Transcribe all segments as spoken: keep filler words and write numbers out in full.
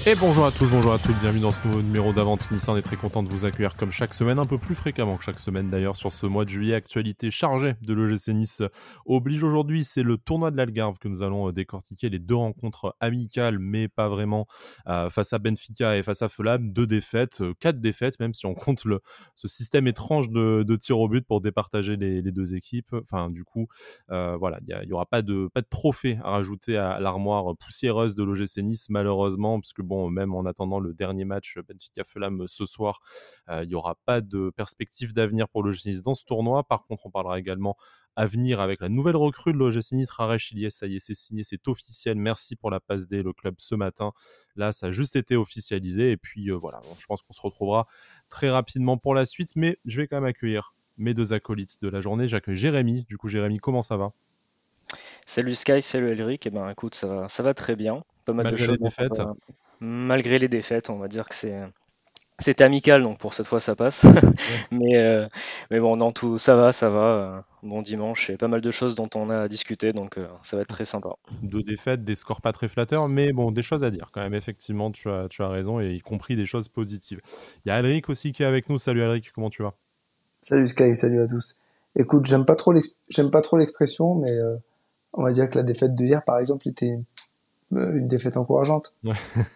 Et bonjour à tous, bonjour à toutes, bienvenue dans ce nouveau numéro d'Avanti Nice. On est très content de vous accueillir comme chaque semaine, un peu plus fréquemment que chaque semaine d'ailleurs sur ce mois de juillet. Actualité chargée de l'O G C Nice oblige aujourd'hui, c'est le tournoi de l'Algarve que nous allons décortiquer, les deux rencontres amicales mais pas vraiment euh, face à Benfica et face à Fulham, deux défaites, euh, quatre défaites même si on compte le, ce système étrange de, de tir au but pour départager les, les deux équipes. Enfin du coup, euh, voilà, il n'y aura pas de, pas de trophée à rajouter à l'armoire poussiéreuse de l'O G C Nice malheureusement, parce que bon, même en attendant le dernier match Benfica-Fulham ce soir, euh, il n'y aura pas de perspective d'avenir pour l'O G C Nice dans ce tournoi. Par contre, on parlera également avenir avec la nouvelle recrue de l'O G C Nice, Raresh Ilyes. Ça y est, c'est signé, c'est officiel. Merci pour la passe D, le club ce matin. Là, ça a juste été officialisé. Et puis euh, voilà, bon, je pense qu'on se retrouvera très rapidement pour la suite. Mais je vais quand même accueillir mes deux acolytes de la journée. J'accueille Jérémy. Du coup, Jérémy, comment ça va ? Salut Sky, salut Elric. Eh ben, écoute, ça va, ça va très bien. Pas mal de Malgré les choses dont on défaites ? va- Malgré les défaites, on va dire que c'est, c'était amical, donc pour cette fois ça passe. Ouais. Mais, euh, mais bon, dans tout, ça va, ça va. euh, Bon dimanche, et pas mal de choses dont on a discuté, donc euh, ça va être très sympa. Deux défaites, des scores pas très flatteurs, mais bon, des choses à dire quand même. Effectivement, tu as, tu as raison, et y compris des choses positives. Il y a Alric aussi qui est avec nous. Salut Alric, comment tu vas ? Salut Sky, salut à tous. Écoute, j'aime pas trop l'ex- j'aime pas trop l'expression, mais euh, on va dire que la défaite de hier, par exemple, était euh, une défaite encourageante. Ouais.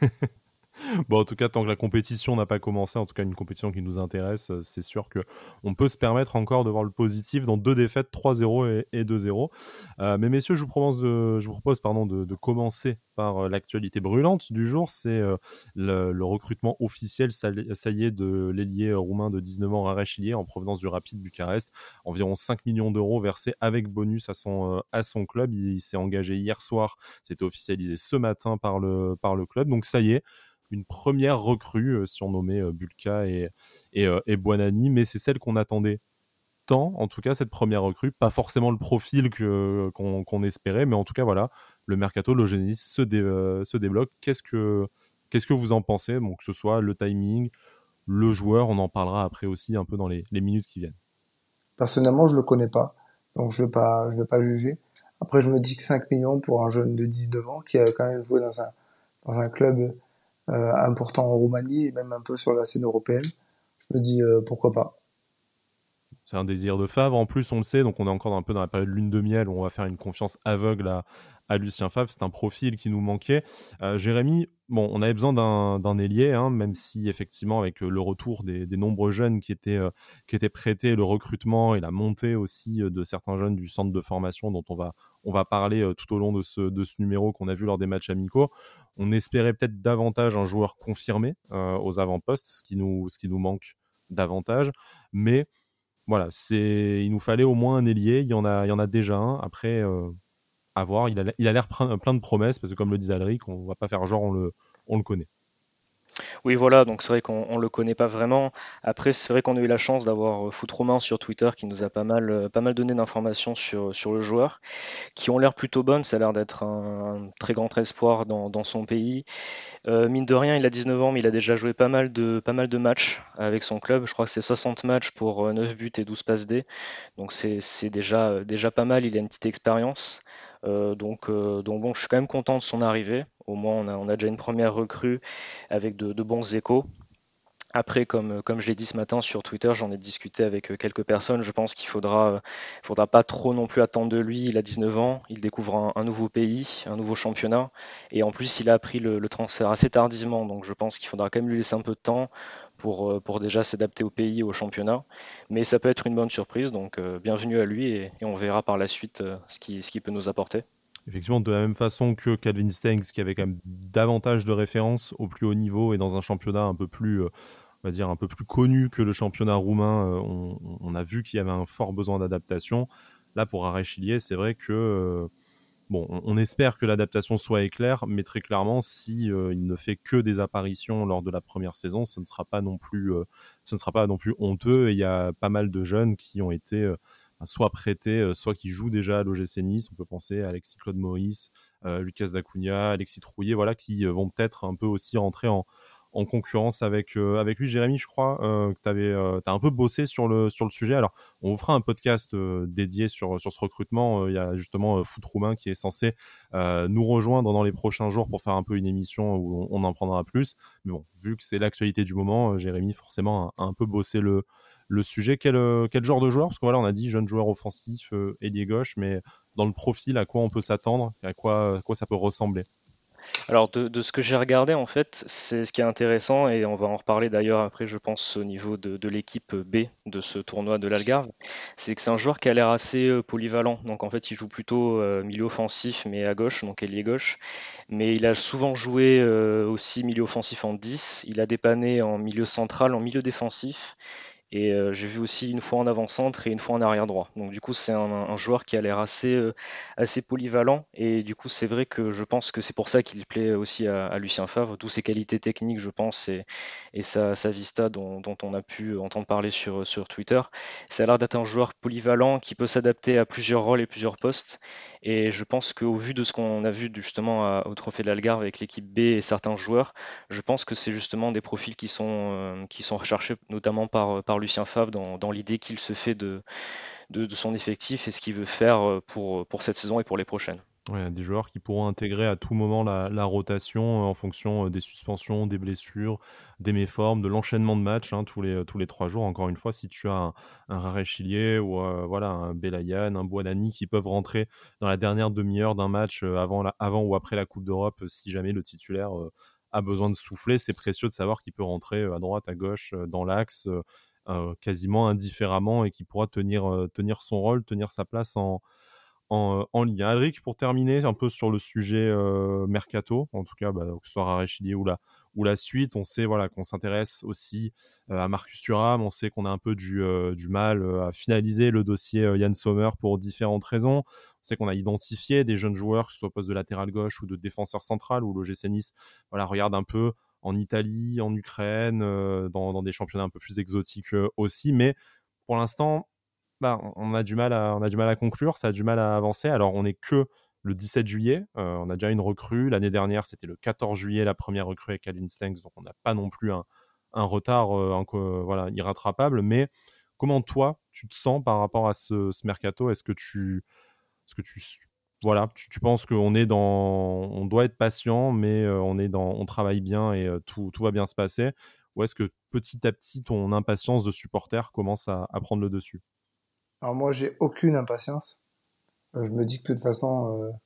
Bon, en tout cas, tant que la compétition n'a pas commencé, en tout cas une compétition qui nous intéresse, euh, c'est sûr que on peut se permettre encore de voir le positif dans deux défaites, trois zéro et, et deux zéro. Euh, mais messieurs, je vous propose de, je vous propose, pardon, de, de commencer par euh, l'actualité brûlante du jour. C'est euh, le, le recrutement officiel, ça, ça y est, de l'ailier roumain de dix-neuf ans, Raresh Ilyes, en provenance du Rapid Bucarest. Environ cinq millions d'euros versés avec bonus à son, euh, à son club. Il, il s'est engagé hier soir, c'était officialisé ce matin par le, par le club. Donc ça y est, une première recrue, euh, si on nommait euh, Bulka et, et, euh, et Buonanni, mais c'est celle qu'on attendait tant, en tout cas, cette première recrue. Pas forcément le profil que, qu'on, qu'on espérait, mais en tout cas, voilà, le mercato de l'O G C Nice se, dé, euh, se débloque. Qu'est-ce que, qu'est-ce que vous en pensez ? Bon, que ce soit le timing, le joueur, on en parlera après aussi un peu dans les, les minutes qui viennent. Personnellement, je le connais pas, donc je vais pas, je vais pas juger. Après, je me dis que cinq millions pour un jeune de dix-neuf ans qui a quand même joué dans un, dans un club euh, important en Roumanie et même un peu sur la scène européenne, je me dis euh, pourquoi pas. C'est un désir de Favre, en plus, on le sait, donc on est encore un peu dans la période lune de miel où on va faire une confiance aveugle à, à Lucien Favre. C'est un profil qui nous manquait. Euh, Jérémy, bon, on avait besoin d'un, d'un ailier, hein, même si effectivement, avec le retour des, des nombreux jeunes qui étaient, euh, qui étaient prêtés, le recrutement et la montée aussi euh, de certains jeunes du centre de formation dont on va, on va parler euh, tout au long de ce, de ce numéro qu'on a vu lors des matchs amicaux, on espérait peut-être davantage un joueur confirmé euh, aux avant-postes, ce qui nous, ce qui nous manque davantage. Mais voilà, c'est... il nous fallait au moins un ailier. Il y en a, il y en a déjà un. Après, euh, à voir. Il a, il a l'air plein, plein de promesses parce que, comme le disait Alric, on va pas faire genre on le, on le connaît. Oui, voilà, donc c'est vrai qu'on on le connaît pas vraiment. Après, c'est vrai qu'on a eu la chance d'avoir euh, Foot Romain sur Twitter qui nous a pas mal, euh, pas mal donné d'informations sur, sur le joueur, qui ont l'air plutôt bonnes. Ça a l'air d'être un, un très grand espoir dans, dans son pays. Euh, mine de rien, il a dix-neuf ans, mais il a déjà joué pas mal de, pas mal de matchs avec son club. Je crois que c'est soixante matchs pour euh, neuf buts et douze passes D. Donc c'est c'est déjà, euh, déjà pas mal. Il a une petite expérience. Euh, donc, euh, donc bon, je suis quand même content de son arrivée. Au moins, on a, on a déjà une première recrue avec de, de bons échos. Après, comme, comme je l'ai dit ce matin sur Twitter, j'en ai discuté avec euh, quelques personnes. Je pense qu'il faudra, euh, faudra pas trop non plus attendre de lui. Il a dix-neuf ans, il découvre un, un nouveau pays, un nouveau championnat. Et en plus, il a appris le, le transfert assez tardivement. Donc je pense qu'il faudra quand même lui laisser un peu de temps pour, euh, pour déjà s'adapter au pays et au championnat. Mais ça peut être une bonne surprise. Donc euh, bienvenue à lui et, et on verra par la suite euh, ce qu'il ce qu'il peut nous apporter. Effectivement, de la même façon que Calvin Stengs, qui avait quand même davantage de références au plus haut niveau et dans un championnat un peu plus, euh, on va dire, un peu plus connu que le championnat roumain, euh, on, on a vu qu'il y avait un fort besoin d'adaptation. Là, pour Raresh Ilyes, c'est vrai que euh, bon, on, on espère que l'adaptation soit éclair, mais très clairement, si euh, il ne fait que des apparitions lors de la première saison, ce ne sera pas non plus, euh, ce ne sera pas non plus honteux. Et il y a pas mal de jeunes qui ont été euh, soit prêtés, euh, soit qui jouent déjà à l'O G C Nice. On peut penser à Alexis Claude Maurice, euh, Lucas Dacunha, Alexis Trouillet, voilà, qui euh, vont peut-être un peu aussi rentrer en en concurrence avec, euh, avec lui. Jérémy, je crois euh, que tu avais euh, t'as un peu bossé sur le, sur le sujet. Alors, on vous fera un podcast euh, dédié sur, sur ce recrutement. Il y a justement euh, Foot Roumain qui est censé euh, nous rejoindre dans les prochains jours pour faire un peu une émission où on, on en prendra plus. Mais bon, vu que c'est l'actualité du moment, euh, Jérémy, forcément, a, a un peu bossé le, le sujet. Quel, euh, quel genre de joueur? Parce que voilà, on a dit jeune joueur offensif, euh, ailier gauche, mais dans le profil, à quoi on peut s'attendre? À quoi, à quoi ça peut ressembler? Alors de, de ce que j'ai regardé en fait, c'est ce qui est intéressant et on va en reparler d'ailleurs après je pense au niveau de, de l'équipe B de ce tournoi de l'Algarve, c'est que c'est un joueur qui a l'air assez euh, polyvalent. Donc en fait il joue plutôt euh, milieu offensif mais à gauche, donc ailier gauche. Mais il a souvent joué euh, aussi milieu offensif en dix, il a dépanné en milieu central, en milieu défensif. Et euh, j'ai vu aussi une fois en avant-centre et une fois en arrière droit. Donc du coup, c'est un, un joueur qui a l'air assez, euh, assez polyvalent. Et du coup, c'est vrai que je pense que c'est pour ça qu'il plaît aussi à, à Lucien Favre, d'où ses qualités techniques, je pense, et, et sa, sa vista dont, dont on a pu entendre parler sur, sur Twitter. Ça a l'air d'être un joueur polyvalent qui peut s'adapter à plusieurs rôles et plusieurs postes. Et je pense qu'au vu de ce qu'on a vu justement à- au Trophée de l'Algarve avec l'équipe B et certains joueurs, je pense que c'est justement des profils qui sont, euh, qui sont recherchés notamment par, par Lucien Favre dans, dans l'idée qu'il se fait de, de, de son effectif et ce qu'il veut faire euh, pour, pour cette saison et pour les prochaines. Ouais, des joueurs qui pourront intégrer à tout moment la, la rotation euh, en fonction euh, des suspensions, des blessures, des méformes, de l'enchaînement de matchs hein, tous, les, tous les trois jours. Encore une fois, si tu as un, un Raré Chilier ou euh, voilà, un Belayan, un Buonanni qui peuvent rentrer dans la dernière demi-heure d'un match euh, avant, la- avant ou après la Coupe d'Europe, euh, si jamais le titulaire euh, a besoin de souffler, c'est précieux de savoir qu'il peut rentrer euh, à droite, à gauche, euh, dans l'axe, euh, euh, quasiment indifféremment et qui pourra tenir, euh, tenir son rôle, tenir sa place en en, euh, en Ligue un. Alric, pour terminer un peu sur le sujet euh, mercato, en tout cas, bah, que ce soit Rarechilier ou la, ou la suite, on sait voilà, qu'on s'intéresse aussi euh, à Marcus Thuram, on sait qu'on a un peu du, euh, du mal euh, à finaliser le dossier euh, Yann Sommer pour différentes raisons. On sait qu'on a identifié des jeunes joueurs, que ce soit au poste de latéral gauche ou de défenseur central, où l'O G C Nice voilà, regarde un peu en Italie, en Ukraine, euh, dans, dans des championnats un peu plus exotiques euh, aussi, mais pour l'instant, bah, on a du mal à, on a du mal à conclure, ça a du mal à avancer. Alors, on n'est que le dix-sept juillet. Euh, on a déjà une recrue. L'année dernière, c'était le quatorze juillet, la première recrue avec Alin Stengs. Donc, on n'a pas non plus un, un retard euh, un, euh, voilà, irrattrapable. Mais comment toi, tu te sens par rapport à ce, ce mercato? Est-ce que tu, est-ce que tu, voilà, tu, tu penses qu'on est dans, on doit être patient, mais euh, on est dans, on travaille bien et euh, tout, tout va bien se passer? Ou est-ce que petit à petit, ton impatience de supporter commence à, à prendre le dessus? Alors moi, j'ai aucune impatience. Euh, je me dis que de toute façon, euh,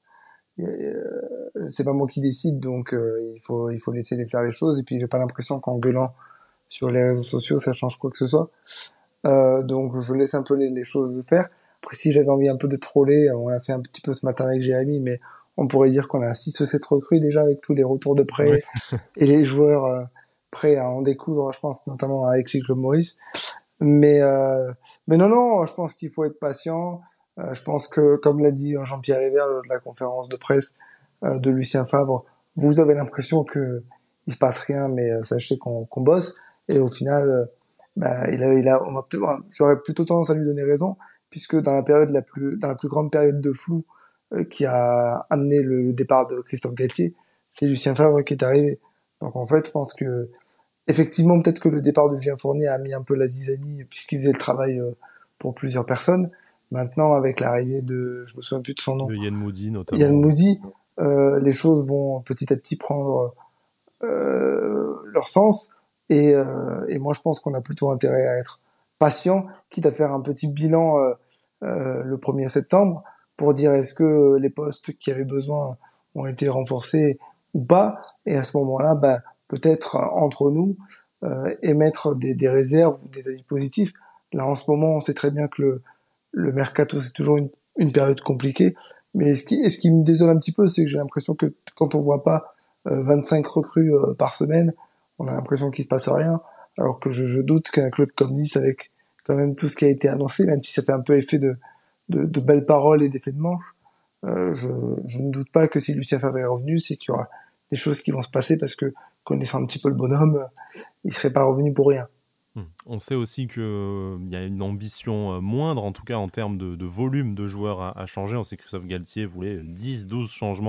euh, c'est pas moi qui décide, donc euh, il faut il faut laisser les faire les choses. Et puis j'ai pas l'impression qu'en gueulant sur les réseaux sociaux, ça change quoi que ce soit. Euh, donc je laisse un peu les, les choses faire. Après, si j'avais envie un peu de troller, on l'a fait un petit peu ce matin avec Jérémy, mais on pourrait dire qu'on a six ou sept recrues déjà avec tous les retours de Ouais. prêt et les joueurs euh, prêts à en découdre, je pense notamment à Alexis Claude Maurice. Mais, euh, mais non, non, je pense qu'il faut être patient. Euh, je pense que, comme l'a dit Jean-Pierre Hébert lors de la conférence de presse euh, de Lucien Favre, vous avez l'impression que il se passe rien, mais euh, sachez qu'on qu'on bosse. Et au final, euh, bah, il a, il a, on va peut-être- j'aurais plutôt tendance à lui donner raison, puisque dans la période la plus, dans la plus grande période de flou euh, qui a amené le départ de Christophe Galtier, c'est Lucien Favre qui est arrivé. Donc en fait, je pense que effectivement, peut-être que le départ de Julien Fournier a mis un peu la zizanie puisqu'il faisait le travail euh, pour plusieurs personnes. Maintenant, avec l'arrivée de, je me souviens plus de son nom, De Yann Moody Yann notamment. Moody, euh, les choses vont petit à petit prendre euh, leur sens. Et, euh, et moi, je pense qu'on a plutôt intérêt à être patient, quitte à faire un petit bilan euh, euh, le premier septembre pour dire est-ce que les postes qui avaient besoin ont été renforcés ou pas. Et à ce moment-là, bah, peut-être euh, entre nous, euh, émettre des, des réserves ou des avis positifs. Là, en ce moment, on sait très bien que le, le mercato, c'est toujours une, une période compliquée. Mais ce qui, et ce qui me désole un petit peu, c'est que j'ai l'impression que quand on voit pas euh, vingt-cinq recrues euh, par semaine, on a l'impression qu'il se passe rien. Alors que je, je doute qu'un club comme Nice, avec quand même tout ce qui a été annoncé, même si ça fait un peu effet de, de, de belles paroles et d'effets de manche, euh, je, je ne doute pas que si Lucien Favre est revenu, c'est qu'il y aura des choses qui vont se passer parce que, connaissant un petit peu le bonhomme, il serait pas revenu pour rien. Mmh. On sait aussi qu'il y a une ambition euh, moindre, en tout cas en termes de, de volume de joueurs à, à changer. On sait que Christophe Galtier voulait dix douze changements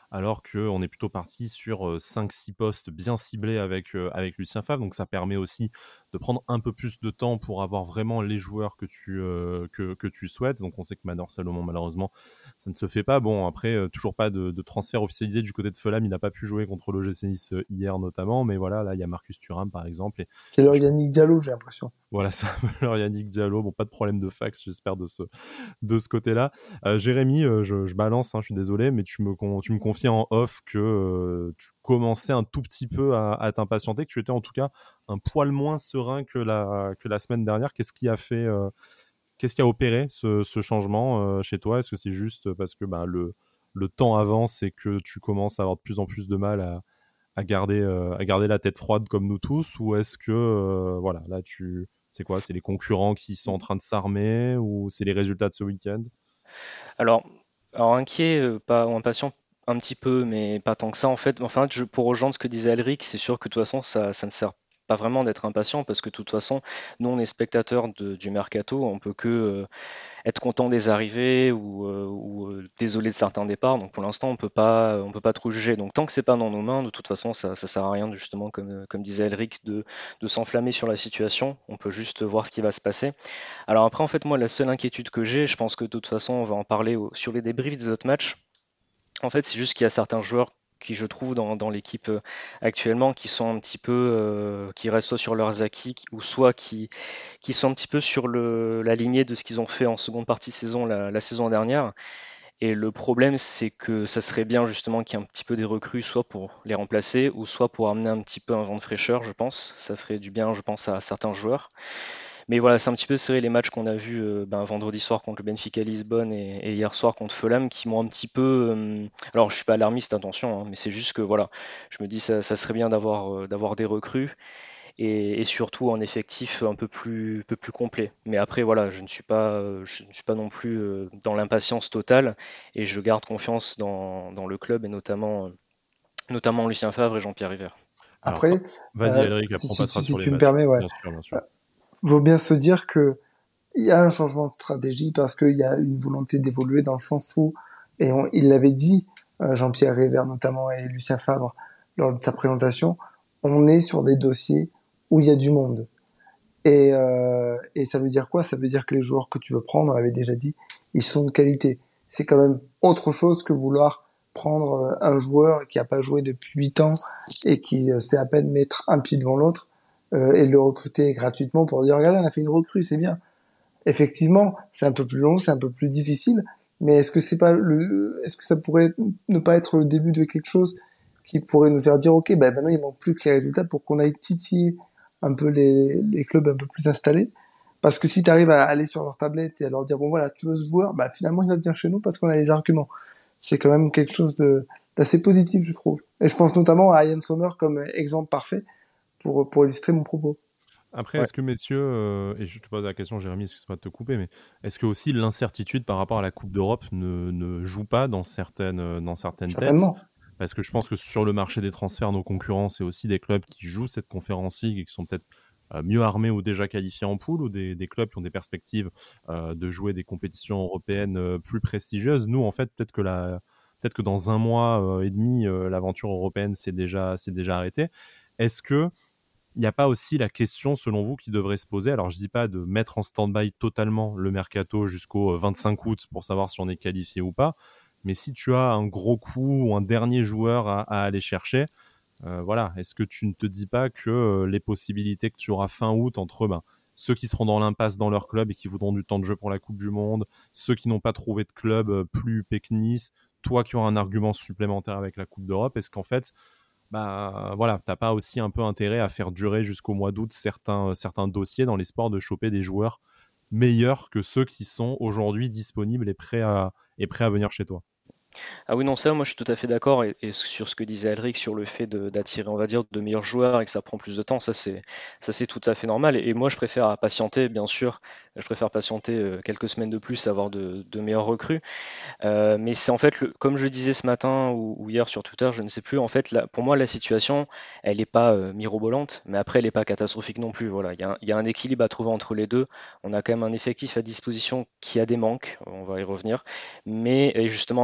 alors qu'on est plutôt parti sur cinq six postes bien ciblés avec, euh, avec Lucien Favre. Donc ça permet aussi de prendre un peu plus de temps pour avoir vraiment les joueurs que tu, euh, que, que tu souhaites. Donc on sait que Manor Salomon, malheureusement, ça ne se fait pas. Bon, après, euh, toujours pas de, de transfert officialisé du côté de Fulham. Il n'a pas pu jouer contre l'O G C Nice euh, hier notamment. Mais voilà, là, il y a Marcus Thuram, par exemple. Et C'est leur je pense- Yannick Diallo, j'ai l'impression. voilà, ça leur Yannick Diallo. Bon, pas de problème de fax, j'espère, de ce, de ce côté-là. Euh, Jérémy, euh, je, je balance, hein, je suis désolé, mais tu me, con- tu me confies en off que euh, tu commençais un tout petit peu à, à t'impatienter, que tu étais en tout cas un poil moins serein que la, que la semaine dernière. Qu'est-ce qui a fait, euh, qu'est-ce qui a opéré ce, ce changement euh, chez toi? Est-ce que c'est juste parce que bah, le, le temps avance et que tu commences à avoir de plus en plus de mal à, à garder, euh, à garder la tête froide comme nous tous? Ou est-ce que, euh, voilà, là, tu... C'est quoi? C'est les concurrents qui sont en train de s'armer ou c'est les résultats de ce week-end? Alors, alors inquiet, euh, pas ou impatient un petit peu, mais pas tant que ça en fait. Enfin, je, pour rejoindre ce que disait Alric, c'est sûr que de toute façon, ça, ça ne sert pas vraiment d'être impatient parce que de toute façon, nous on est spectateurs de- du mercato, on peut que euh, être content des arrivées ou, euh, ou, euh, désolé de certains départs. Donc pour l'instant, on peut pas, on peut pas trop juger. Donc tant que c'est pas dans nos mains, de toute façon, ça, ça sert à rien justement, comme, euh, comme disait Elric, de, de s'enflammer sur la situation. On peut juste voir ce qui va se passer. Alors après, en fait, moi, la seule inquiétude que j'ai, je pense que de toute façon, on va en parler au- sur les débriefs des autres matchs. En fait, c'est juste qu'il y a certains joueurs qui, je trouve, dans, dans l'équipe euh, actuellement, qui sont un petit peu, euh, qui restent soit sur leurs acquis, qui- ou soit qui, qui sont un petit peu sur le, la lignée de ce qu'ils ont fait en seconde partie de saison la, la saison dernière. Et le problème, c'est que ça serait bien justement qu'il y ait un petit peu des recrues, soit pour les remplacer, ou soit pour amener un petit peu un vent de fraîcheur, je pense. Ça ferait du bien, je pense, à certains joueurs. Mais voilà, c'est un petit peu serré les matchs qu'on a vus euh, ben, vendredi soir contre le Benfica Lisbonne et, et hier soir contre Fulham qui m'ont un petit peu. euh, alors, je suis pas alarmiste, attention, hein, mais c'est juste que voilà, je me dis ça, ça serait bien d'avoir euh, d'avoir des recrues et, et surtout un effectif un peu plus peu plus complet. Mais après, voilà, je ne suis pas euh, je ne suis pas non plus euh, dans l'impatience totale et je garde confiance dans, dans le club et notamment euh, notamment Lucien Favre et Jean-Pierre River. Alors, pa- Après, vas-y, euh, Alric, après si on tu, passera si, si sur les tu me matchs. permets, ouais, Bien sûr, bien sûr. euh, vaut bien se dire que il y a un changement de stratégie parce qu'il y a une volonté d'évoluer dans le sens où, et on, il l'avait dit, euh, Jean-Pierre River notamment et Lucien Favre lors de sa présentation, on est sur des dossiers où il y a du monde. Et, euh, et ça veut dire quoi? Ça veut dire que les joueurs que tu veux prendre, on l'avait déjà dit, ils sont de qualité. C'est quand même autre chose que vouloir prendre euh, un joueur qui a pas joué depuis huit ans et qui euh, sait à peine mettre un pied devant l'autre euh, et le recruter gratuitement pour dire regardez on a fait une recrue, c'est bien. Effectivement, c'est un peu plus long, c'est un peu plus difficile, mais est-ce que c'est pas le, est-ce que ça pourrait ne pas être le début de quelque chose qui pourrait nous faire dire ok, ben maintenant il manque plus que les résultats pour qu'on aille titiller un peu les, les clubs un peu plus installés. Parce que si tu arrives à aller sur leur tablette et à leur dire bon voilà tu veux ce joueur, bah finalement il va venir chez nous parce qu'on a les arguments. C'est quand même quelque chose de d'assez positif je trouve. Et je pense notamment à Ian Sommer comme exemple parfait pour pour illustrer mon propos. Après, Ouais. est-ce que messieurs, euh, et je te pose la question, Jérémy, excuse-moi de te couper, mais est-ce que aussi l'incertitude par rapport à la Coupe d'Europe ne, ne joue pas dans certaines, euh, dans certaines têtes? Certainement. Parce que je pense que sur le marché des transferts, nos concurrents, c'est aussi des clubs qui jouent cette Conference League et qui sont peut-être euh, mieux armés ou déjà qualifiés en poule, ou des, des clubs qui ont des perspectives euh, de jouer des compétitions européennes euh, plus prestigieuses. Nous, en fait, peut-être que, la, peut-être que dans un mois euh, et demi, euh, l'aventure européenne s'est déjà, s'est déjà arrêtée. Est-ce que il n'y a pas aussi la question, selon vous, qui devrait se poser? Alors, je ne dis pas de mettre en stand-by totalement le mercato jusqu'au vingt-cinq août pour savoir si on est qualifié ou pas, mais si tu as un gros coup ou un dernier joueur à, à aller chercher, euh, voilà, est-ce que tu ne te dis pas que euh, les possibilités que tu auras fin août entre ben, ceux qui seront dans l'impasse dans leur club et qui voudront du temps de jeu pour la Coupe du Monde, ceux qui n'ont pas trouvé de club euh, plus péqunis, toi qui auras un argument supplémentaire avec la Coupe d'Europe, est-ce qu'en fait, bah voilà, t'as pas aussi un peu intérêt à faire durer jusqu'au mois d'août certains, certains dossiers dans l'espoir de choper des joueurs meilleurs que ceux qui sont aujourd'hui disponibles et prêts à, et prêts à venir chez toi? Ah oui, non, ça, moi je suis tout à fait d'accord. Et, et sur ce que disait Alric sur le fait de- d'attirer, on va dire, de meilleurs joueurs et que ça prend plus de temps, ça c'est ça c'est tout à fait normal. Et, et moi je préfère patienter, bien sûr, je préfère patienter euh, quelques semaines de plus, avoir de, de meilleurs recrues. Euh, mais c'est en fait, le, comme je disais ce matin ou, ou hier sur Twitter, je ne sais plus, en fait, la- pour moi, la situation, elle n'est pas euh, mirobolante, mais après, elle n'est pas catastrophique non plus. Voilà, il y a, un- il y a un équilibre à trouver entre les deux. On a quand même un effectif à disposition qui a des manques, on va y revenir. Mais et justement, le,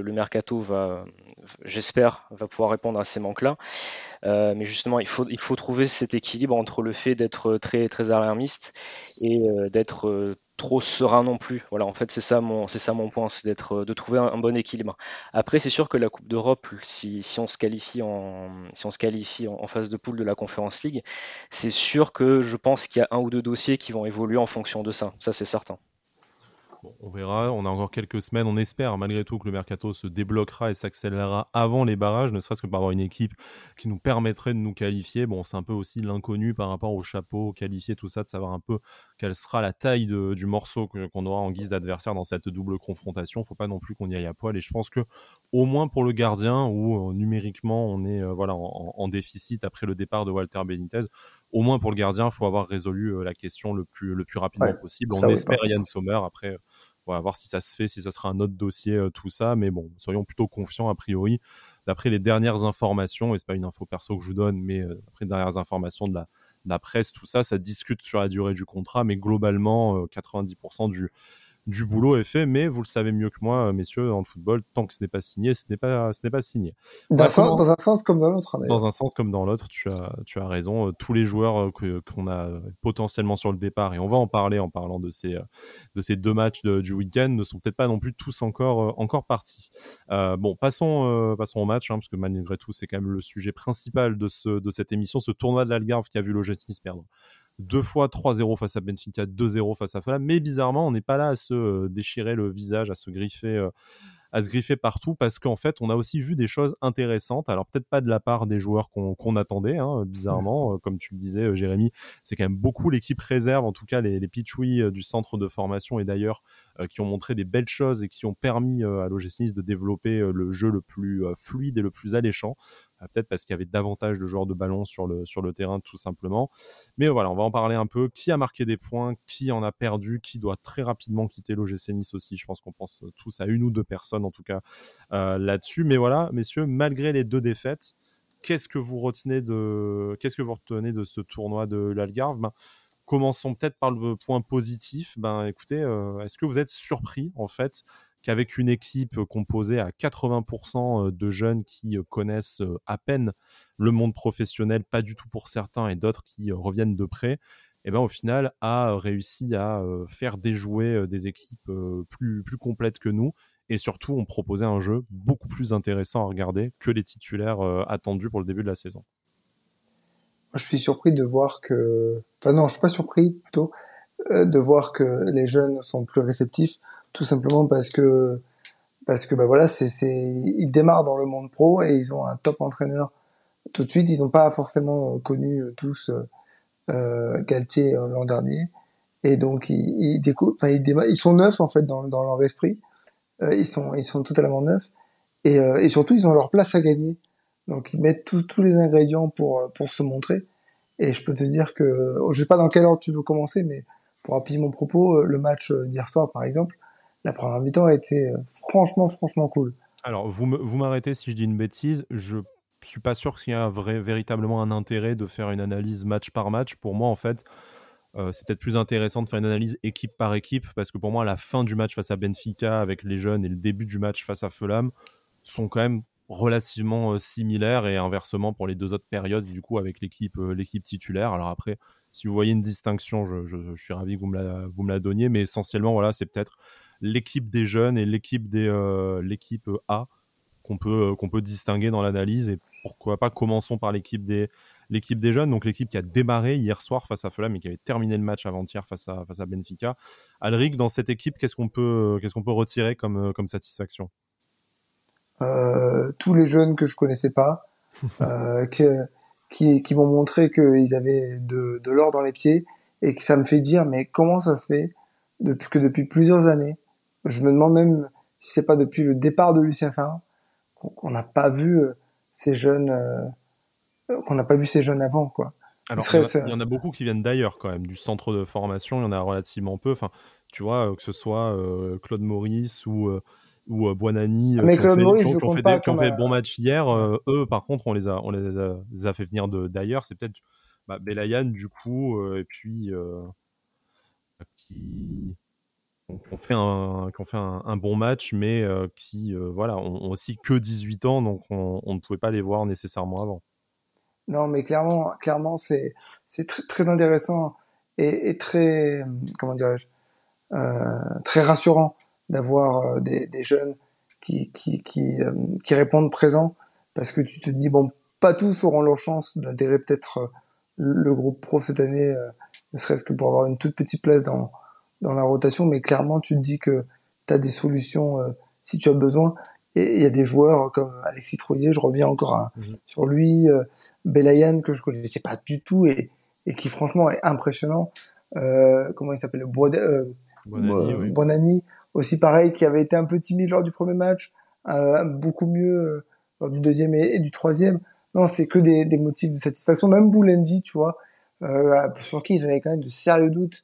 le mercato va, j'espère, va pouvoir répondre à ces manques-là. Euh, mais justement, il faut, il faut trouver cet équilibre entre le fait d'être très, très alarmiste et euh, d'être euh, trop serein non plus. Voilà, en fait, c'est ça mon, c'est ça mon point, c'est d'être, euh, de trouver un, un bon équilibre. Après, c'est sûr que la Coupe d'Europe, si, si on se qualifie en, si on se qualifie en, en phase de poule de la Conference League, c'est sûr que je pense qu'il y a un ou deux dossiers qui vont évoluer en fonction de ça. Ça, c'est certain. Bon, on verra, on a encore quelques semaines, on espère malgré tout que le mercato se débloquera et s'accélérera avant les barrages, ne serait-ce que par avoir une équipe qui nous permettrait de nous qualifier. Bon, c'est un peu aussi l'inconnu par rapport au chapeau qualifié, tout ça, de savoir un peu quelle sera la taille de, du morceau que, qu'on aura en guise d'adversaire dans cette double confrontation. Faut pas non plus qu'on y aille à poil, et je pense que au moins pour le gardien, où euh, numériquement on est euh, voilà, en, en déficit après le départ de Walter Benitez, au moins pour le gardien, il faut avoir résolu euh, la question le plus, le plus rapidement Ouais, possible. ça On oui, par espère Yann contre. Sommer. Après, on va voir si ça se fait, si ça sera un autre dossier, euh, tout ça. Mais bon, soyons plutôt confiants a priori. D'après les dernières informations, et c'est pas une info perso que je vous donne, mais euh, après les dernières informations de la, de la presse, tout ça, ça discute sur la durée du contrat. Mais globalement, euh, quatre-vingt-dix pour cent du, du boulot est fait. Mais vous le savez mieux que moi, messieurs, dans le football, tant que ce n'est pas signé, ce n'est pas, ce n'est pas signé. On D'un va sens- comment dans un sens comme dans l'autre, hein, Dans d'ailleurs. un sens comme dans l'autre, tu as, tu as raison. Euh, Tous les joueurs euh, que, qu'on a euh, potentiellement sur le départ, et on va en parler en parlant de ces, euh, de ces deux matchs de- du week-end, ne sont peut-être pas non plus tous encore, euh, encore partis. Euh, bon, passons, euh, passons au match, hein, parce que malgré tout, c'est quand même le sujet principal de, ce, de cette émission, ce tournoi de l'Algarve qui a vu l'O G C Nice perdre deux fois trois zéro face à Benfica, deux zéro face à Fulham. Mais bizarrement, on n'est pas là à se euh, déchirer le visage, à se griffer euh, à se griffer partout, parce qu'en fait, on a aussi vu des choses intéressantes. Alors, peut-être pas de la part des joueurs qu'on, qu'on attendait, hein, bizarrement. Euh, comme tu le disais, euh, Jérémy, c'est quand même beaucoup l'équipe réserve, en tout cas les, les Pichouis euh, du centre de formation et d'ailleurs, euh, qui ont montré des belles choses et qui ont permis euh, à l'O G C Nice de développer euh, le jeu le plus euh, fluide et le plus alléchant. Euh, peut-être parce qu'il y avait davantage de joueurs de ballon sur le, sur le terrain, tout simplement. Mais voilà, on va en parler un peu. Qui a marqué des points, qui en a perdu, qui doit très rapidement quitter l'O G C Nice aussi. Je pense qu'on pense tous à une ou deux personnes, en tout cas, euh, là-dessus. Mais voilà, messieurs, malgré les deux défaites, qu'est-ce que vous retenez de, qu'est-ce que vous retenez de ce tournoi de l'Algarve? Ben, commençons peut-être par le point positif. Ben, écoutez, euh, est-ce que vous êtes surpris, en fait, qu'avec une équipe composée à quatre-vingts pour cent de jeunes qui connaissent à peine le monde professionnel, pas du tout pour certains, et d'autres qui reviennent de près, et ben, au final, a réussi à faire déjouer des équipes plus, plus complètes que nous, et surtout, on proposait un jeu beaucoup plus intéressant à regarder que les titulaires attendus pour le début de la saison. Moi, je suis surpris de voir que, enfin non, je suis pas surpris plutôt euh, de voir que les jeunes sont plus réceptifs, tout simplement parce que parce que bah voilà, c'est c'est ils démarrent dans le monde pro et ils ont un top entraîneur tout de suite. Ils n'ont pas forcément euh, connu euh, tous euh, euh, Galtier euh, l'an dernier et donc ils, ils découvrent, enfin ils démarrent, ils sont neufs en fait dans dans leur esprit. Euh, ils sont ils sont totalement neufs et euh, et surtout ils ont leur place à gagner. Donc ils mettent tous tous les ingrédients pour euh, pour se montrer. Et je peux te dire que, je sais pas dans quel ordre tu veux commencer, mais pour appuyer mon propos, le match d'hier soir, par exemple, la première mi-temps a été franchement, franchement cool. Alors, vous, me, vous m'arrêtez si je dis une bêtise. Je suis pas sûr qu'il y a vrai, véritablement un intérêt de faire une analyse match par match. Pour moi, en fait, euh, c'est peut-être plus intéressant de faire une analyse équipe par équipe, parce que pour moi, la fin du match face à Benfica avec les jeunes et le début du match face à Fulham sont quand même relativement euh, similaires, et inversement pour les deux autres périodes, du coup, avec l'équipe, euh, l'équipe titulaire. Alors après, si vous voyez une distinction, je, je, je suis ravi que vous me, la, vous me la donniez, mais essentiellement, voilà, c'est peut-être l'équipe des jeunes et l'équipe, des, euh, l'équipe A qu'on peut, euh, qu'on peut distinguer dans l'analyse. Et pourquoi pas, commençons par l'équipe des, l'équipe des jeunes, donc l'équipe qui a démarré hier soir face à Fulham et qui avait terminé le match avant-hier face à, face à Benfica. Alric, dans cette équipe, qu'est-ce qu'on peut, qu'est-ce qu'on peut retirer comme, comme satisfaction? Euh, tous les jeunes que je connaissais pas, euh, que, qui, qui m'ont montré qu'ils avaient de, de l'or dans les pieds et que ça me fait dire, mais comment ça se fait depuis, que depuis plusieurs années, je me demande même si c'est pas depuis le départ de Lucien Favre, qu'on n'a pas vu euh, ces jeunes, euh, qu'on n'a pas vu ces jeunes avant, quoi. Alors, il y, Serait, il y en a beaucoup qui viennent d'ailleurs quand même, du centre de formation, il y en a relativement peu. Enfin, tu vois, euh, que ce soit euh, Claude Maurice ou, euh, ou euh, Buonanni, euh, mais qui ont Claude fait, qui Maurice, ont, je le qui ont compte fait pas des, qui ont comme fait un... de bons matchs hier. Ouais. Euh, eux, par contre, on les a, on les a, les a fait venir de, d'ailleurs. C'est peut-être bah, Belayan, du coup, euh, et puis... Euh, qui... qui ont fait un, qui ont fait un, un bon match, mais euh, qui euh, voilà, ont, ont aussi que dix-huit ans, donc on, on ne pouvait pas les voir nécessairement avant. Non, mais clairement, clairement, c'est c'est très très intéressant et, et très, euh, comment dirais-je, euh, très rassurant d'avoir euh, des, des jeunes qui qui qui, euh, qui répondent présents, parce que tu te dis bon, pas tous auront leur chance d'intégrer peut-être euh, le groupe pro cette année, euh, ne serait-ce que pour avoir une toute petite place dans dans la rotation, mais clairement tu te dis que tu as des solutions euh, si tu as besoin. Et il y a des joueurs comme Alexis Troyer, je reviens encore à- Mhm. sur lui, euh, Belayan que je connaissais pas du tout et, et qui franchement est impressionnant. Euh, comment il s'appelle, Boide- euh, Bonne année, Bo- oui. Bonani, aussi pareil, qui avait été un peu timide lors du premier match, euh, beaucoup mieux euh, lors du deuxième et, et du troisième. Non, c'est que des, des motifs de satisfaction. Même Boulendi, tu vois, euh, sur qui j'avais quand même de sérieux doutes.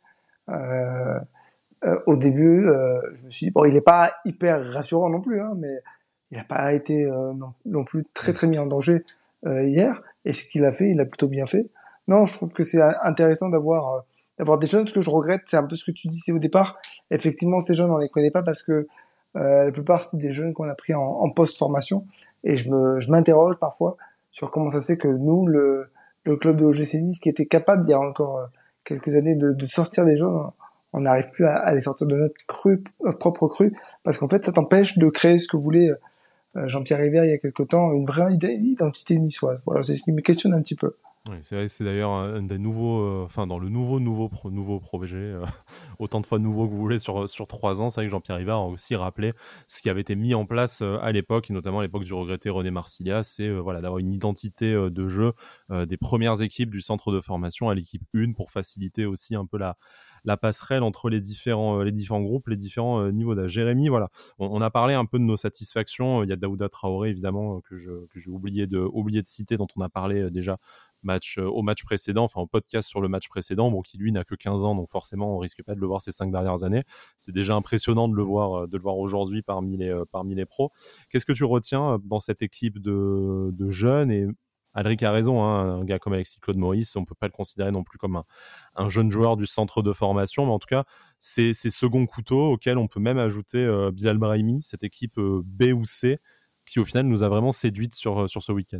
Euh, euh, au début, euh, je me suis dit, bon, il est pas hyper rassurant non plus, hein, mais il n'a pas été euh, non, non plus très Mm. très mis en danger euh, hier. Et ce qu'il a fait, il a plutôt bien fait. Non, je trouve que c'est intéressant d'avoir euh, d'avoir des jeunes. Ce que je regrette, c'est un peu ce que tu disais au départ. Effectivement, ces jeunes, on les connaît pas parce que euh, la plupart, c'est des jeunes qu'on a pris en, en post-formation. Et je me je m'interroge parfois sur comment ça se fait que nous, le, le club de O G C Nice, qui était capable, il y a encore euh, quelques années, de, de sortir des jeunes, on n'arrive plus à, à les sortir de notre cru, notre propre cru, parce qu'en fait, ça t'empêche de créer ce que voulait euh, Jean-Pierre Rivière il y a quelque temps, une vraie idée- identité niçoise. Voilà, c'est ce qui me questionne un petit peu. Oui, c'est vrai que c'est d'ailleurs un un des nouveaux, euh, enfin dans le nouveau nouveau pro- nouveau projet, euh, autant de fois nouveau que vous voulez sur sur trois ans. C'est vrai que Jean-Pierre Rivard a aussi rappelé ce qui avait été mis en place euh, à l'époque, et notamment à l'époque du regretté René Marcilia, c'est euh, voilà d'avoir une identité euh, de jeu euh, des premières équipes du centre de formation à l'équipe un pour faciliter aussi un peu la la passerelle entre les différents euh, les différents groupes, les différents euh, niveaux d'âge. Jérémy, voilà, on, on a parlé un peu de nos satisfactions. Il y a Daouda Traoré évidemment euh, que je que j'ai oublié de oublié de citer, dont on a parlé euh, déjà match, euh, au match précédent, enfin au podcast sur le match précédent, bon, qui lui n'a que quinze ans, donc forcément on risque pas de le voir ces cinq dernières années. C'est déjà impressionnant de le voir, euh, de le voir aujourd'hui parmi les, euh, parmi les pros. Qu'est-ce que tu retiens euh, dans cette équipe de, de jeunes? Et Alric a raison, hein, un gars comme Alexis Claude Maurice, on peut pas le considérer non plus comme un, un jeune joueur du centre de formation, mais en tout cas, c'est ces seconds couteaux auxquels on peut même ajouter euh, Bilal Brahimi, cette équipe euh, B ou C, qui au final nous a vraiment séduite sur, euh, sur ce week-end.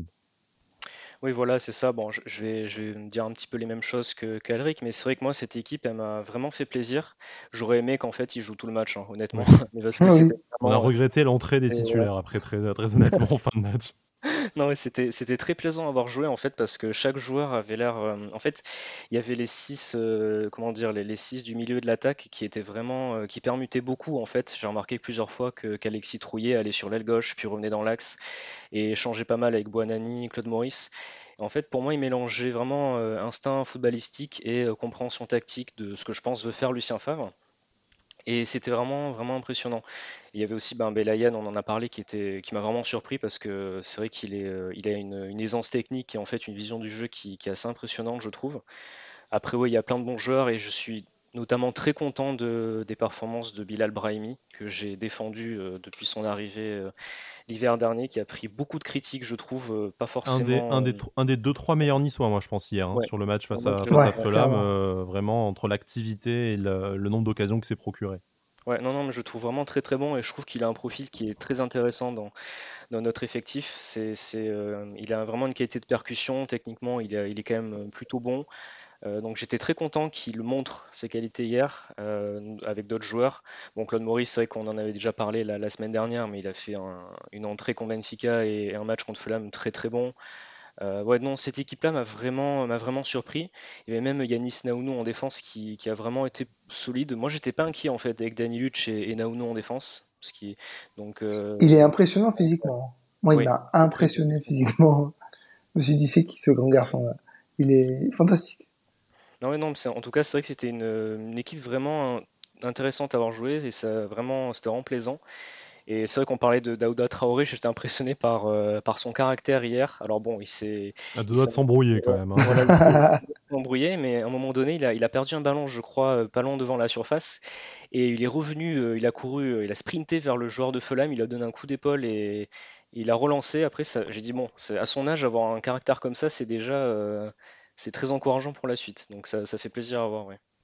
Oui, voilà, c'est ça. Bon, je, je vais, je vais me dire un petit peu les mêmes choses que qu'Alric, mais c'est vrai que moi, cette équipe, elle m'a vraiment fait plaisir. J'aurais aimé qu'en fait, ils jouent tout le match, hein, honnêtement, Ouais. mais parce que Oui, c'était On a vraiment. regretté l'entrée des euh, ouais. titulaires après, très, très honnêtement, en fin de match. Non, mais c'était c'était très plaisant à avoir joué en fait parce que chaque joueur avait l'air. euh, En fait, il y avait les six, euh, comment dire, les, les six du milieu de l'attaque qui étaient vraiment, euh, qui permutaient beaucoup en fait. J'ai remarqué plusieurs fois que qu'Alexis Trouillet allait sur l'aile gauche puis revenait dans l'axe et changeait pas mal avec Buonani, Claude Maurice. Et en fait, pour moi, il mélangeait vraiment euh, instinct footballistique et euh, compréhension tactique de ce que je pense veut faire Lucien Favre. Et c'était vraiment, vraiment impressionnant. Il y avait aussi ben, Belayan, on en a parlé, qui était, qui m'a vraiment surpris parce que c'est vrai qu'il est, euh, il a une, une aisance technique et en fait une vision du jeu qui, qui est assez impressionnante, je trouve. Après, oui, il y a plein de bons joueurs et je suis notamment très content de, des performances de Bilal Brahimi, que j'ai défendu euh, depuis son arrivée euh, l'hiver dernier, qui a pris beaucoup de critiques, je trouve, euh, pas Un des, un forcément. des, euh, un des deux, trois meilleurs niçois, moi, je pense, hier, hein, ouais, sur le match un face match, à, face euh, à ouais, ouais. Fulham, clairement. euh, vraiment, entre l'activité et le, le nombre d'occasions que s'est procuré. Ouais, non, non, mais je le trouve vraiment très très bon et je trouve qu'il a un profil qui est très intéressant dans, dans notre effectif. C'est, c'est, euh, il a vraiment une qualité de percussion, techniquement, il, a- il est quand même euh, plutôt bon. Euh, donc j'étais très content qu'il montre ses qualités hier euh, avec d'autres joueurs. Bon, Claude Maurice, c'est vrai qu'on en avait déjà parlé la, la semaine dernière, mais il a fait un- une entrée contre Benfica et, et un match contre Fulham très très bon. Euh, ouais, non, cette équipe-là m'a vraiment, m'a vraiment surpris. Il y avait même Yanis Naounou en défense qui, qui a vraiment été solide. Moi, j'étais pas inquiet en fait avec Danny Luch et, et Naounou en défense. Ce qui, donc, Il est euh, impressionnant physiquement. Moi, il oui, m'a très très impressionné physiquement. Je me suis dit, c'est qui ce grand garçon-là? Il est fantastique. Non, ouais, non, mais c'est- en tout cas, c'est vrai que c'était une, une équipe vraiment euh, intéressante à avoir joué et ça vraiment, c'était vraiment plaisant. Et c'est vrai qu'on parlait de Daouda Traoré, j'étais impressionné par, euh, par son caractère hier. Alors bon, il s'est, À deux il doigts s'est de un petit peu, s'embrouiller, quand ouais, même, hein. voilà, il s'est embrouillé, mais à un moment donné, il a, il a perdu un ballon, je crois, euh, pas loin devant la surface, et il est revenu, euh, il a couru, euh, il a sprinté vers le joueur de Fulham, il a donné un coup d'épaule et, et il a relancé. Après, ça, j'ai dit bon, c'est- à son âge, avoir un caractère comme ça, c'est déjà, euh, c'est très encourageant pour la suite. Donc ça, ça fait plaisir à voir, ouais.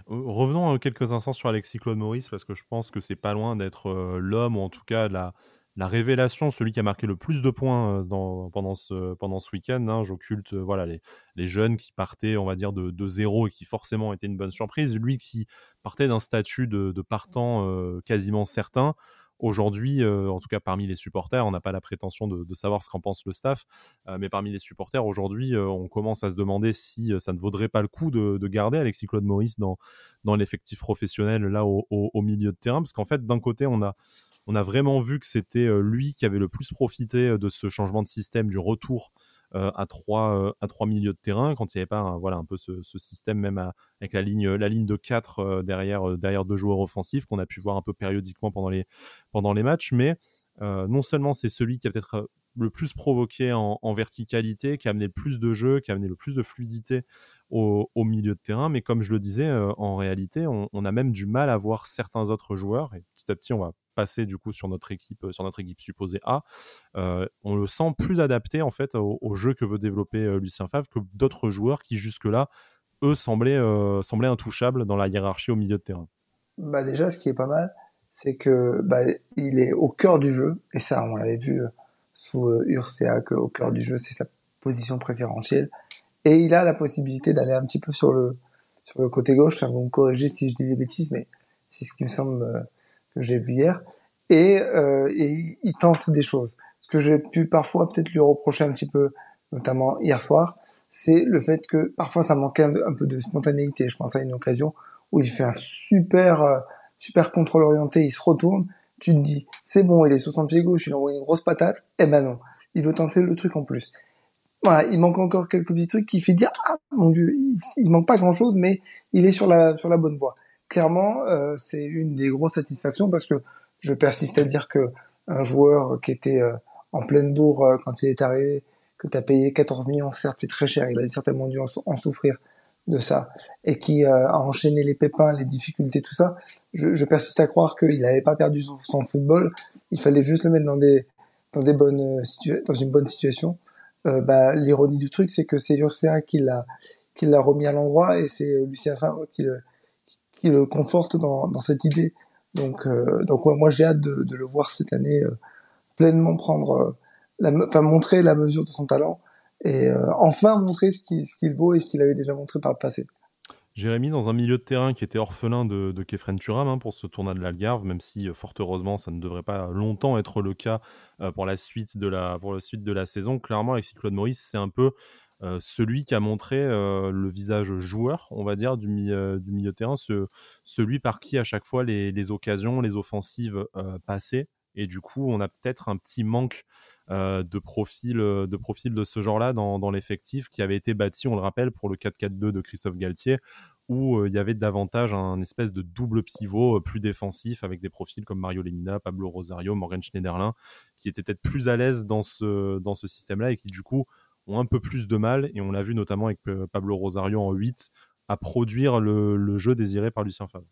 Revenons euh, quelques instants sur Alexis Claude Maurice, parce que je pense que c'est pas loin d'être euh, l'homme, ou en tout cas la, la révélation, celui qui a marqué le plus de points euh, dans, pendant ce, pendant ce week-end. Hein. J'occulte euh, voilà, les, les jeunes qui partaient, on va dire, de, de zéro et qui forcément étaient une bonne surprise. Lui qui partait d'un statut de, de partant euh, quasiment certain. Aujourd'hui, euh, en tout cas parmi les supporters, on n'a pas la prétention de, de savoir ce qu'en pense le staff, euh, mais parmi les supporters, aujourd'hui, euh, on commence à se demander si euh, ça ne vaudrait pas le coup de, de garder Alexis Claude Maurice dans, dans l'effectif professionnel là au, au, au milieu de terrain, parce qu'en fait d'un côté on a on a vraiment vu que c'était euh, lui qui avait le plus profité euh, de ce changement de système, du retour euh, à trois euh, à trois milieux de terrain, quand il n'y avait pas un, voilà un peu ce, ce système même à, avec la ligne la ligne de quatre euh, derrière euh, derrière deux joueurs offensifs qu'on a pu voir un peu périodiquement pendant les pendant les matchs. Mais euh, non seulement c'est celui qui a peut-être euh, le plus provoqué en, en verticalité, qui a amené le plus de jeu, qui a amené le plus de fluidité au, au milieu de terrain, mais comme je le disais, euh, en réalité, on, on a même du mal à voir certains autres joueurs, et petit à petit, on va passer du coup sur notre équipe, sur notre équipe supposée A. Euh, on le sent plus adapté en fait au, au jeu que veut développer euh, Lucien Favre que d'autres joueurs qui jusque-là, eux, semblaient, euh, semblaient intouchables dans la hiérarchie au milieu de terrain. Bah déjà, ce qui est pas mal, c'est que bah, il est au cœur du jeu, et ça, on l'avait vu euh, sous euh, Urcea, que au cœur du jeu, c'est sa position préférentielle, et il a la possibilité d'aller un petit peu sur le sur le côté gauche. Hein, vous me corrigez si je dis des bêtises, mais c'est ce qui me semble euh, que j'ai vu hier, et, euh, et il tente des choses. Ce que j'ai pu parfois peut-être lui reprocher un petit peu, notamment hier soir, c'est le fait que parfois ça manquait un, un peu de spontanéité. Je pense à une occasion où il fait un super euh, super contrôle orienté, il se retourne, tu te dis c'est bon, il est sur son pied gauche, il envoie une grosse patate, eh ben non, il veut tenter le truc en plus. Voilà, il manque encore quelques petits trucs qui fait dire ah mon dieu, il, il manque pas grand chose, mais il est sur la sur la bonne voie. Clairement, euh, c'est une des grosses satisfactions, parce que je persiste à dire que un joueur qui était euh, en pleine bourre euh, quand il est arrivé, que tu as payé quatorze millions, certes c'est très cher, il a certainement dû en, en souffrir de ça, et qui euh, a enchaîné les pépins, les difficultés, tout ça, je, je persiste à croire qu'il n'avait pas perdu son, son football, il fallait juste le mettre dans des dans des bonnes euh, situa- dans une bonne situation. Euh, bah, l'ironie du truc, c'est que c'est Urcea qui l'a qui l'a remis à l'endroit, et c'est Lucien Favre qui le qui le conforte dans dans cette idée. Donc euh, donc ouais, moi j'ai hâte de, de le voir cette année euh, pleinement prendre euh, la, enfin montrer la mesure de son talent, et euh, enfin montrer ce qu'il ce qu'il vaut et ce qu'il avait déjà montré par le passé. Jérémy, dans un milieu de terrain qui était orphelin de, de Kefren Turam hein, pour ce tournoi de l'Algarve, même si euh, fort heureusement ça ne devrait pas longtemps être le cas euh, pour, la suite de la, pour la suite de la saison, clairement Alexis Claude Maurice c'est un peu euh, celui qui a montré euh, le visage joueur, on va dire, du, mi- euh, du milieu de terrain, ce, celui par qui à chaque fois les, les occasions, les offensives euh, passaient, et du coup on a peut-être un petit manque euh, de profil euh, de profil de ce genre-là dans, dans l'effectif qui avait été bâti, on le rappelle, pour le quatre quatre deux de Christophe Galtier, où euh, il y avait davantage un espèce de double pivot euh, plus défensif avec des profils comme Mario Lemina, Pablo Rosario, Morgan Schneiderlin, qui étaient peut-être plus à l'aise dans ce, dans ce système-là et qui du coup ont un peu plus de mal, et on l'a vu notamment avec euh, Pablo Rosario en huit, à produire le, le jeu désiré par Lucien Favre.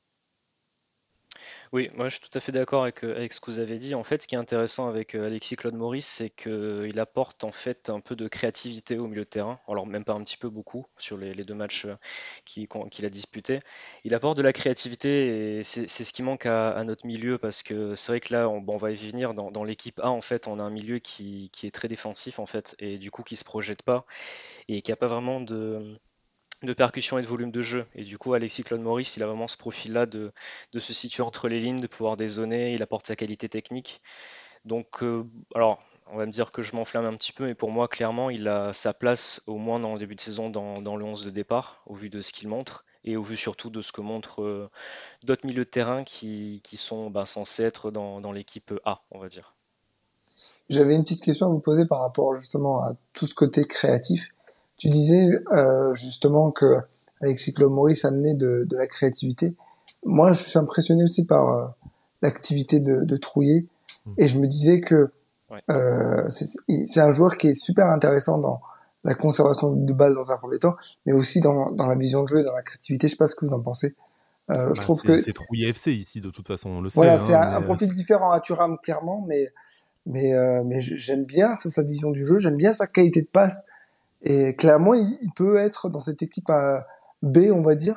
Oui, moi je suis tout à fait d'accord avec, euh, avec ce que vous avez dit. En fait, ce qui est intéressant avec euh, Alexis Claude Maurice, c'est qu'il apporte en fait un peu de créativité au milieu de terrain. Alors même pas un petit peu, beaucoup sur les, les deux matchs euh, qui- qu'on- qu'il a disputés. Il apporte de la créativité, et c'est c'est ce qui manque à, à notre milieu, parce que c'est vrai que là, on, bon, on va y venir dans, dans l'équipe A. En fait, on a un milieu qui, qui est très défensif en fait, et du coup qui se projette pas et qui a pas vraiment de de percussion et de volume de jeu. Et du coup, Alexis Claude Maurice, il a vraiment ce profil-là de, de se situer entre les lignes, de pouvoir dézonner, il apporte sa qualité technique. Donc, euh, alors, on va me dire que je m'enflamme un petit peu, mais pour moi, clairement, il a sa place, au moins dans le début de saison, dans, dans le onze de départ, au vu de ce qu'il montre, et au vu surtout de ce que montrent euh, d'autres milieux de terrain qui, qui sont bah, censés être dans, dans l'équipe A, on va dire. J'avais une petite question à vous poser par rapport justement à tout ce côté créatif. Tu disais euh, justement que Alexis Claude Maurice amenait de, de la créativité. Moi, je suis impressionné aussi par euh, l'activité de, de Trouillet, et je me disais que Ouais. euh, c'est c'est un joueur qui est super intéressant dans la conservation de balles dans un premier temps, mais aussi dans, dans la vision de jeu, dans la créativité. Je sais pas ce que vous en pensez. Euh, je Bah, trouve c'est, que c'est Trouillet F C ici, de toute façon, on le sait. voilà, c'est Hein, un, mais... un profil différent à Thuram clairement, mais mais euh, mais j'aime bien sa, sa vision du jeu, j'aime bien sa qualité de passe, et clairement il, il peut être dans cette équipe à B, on va dire,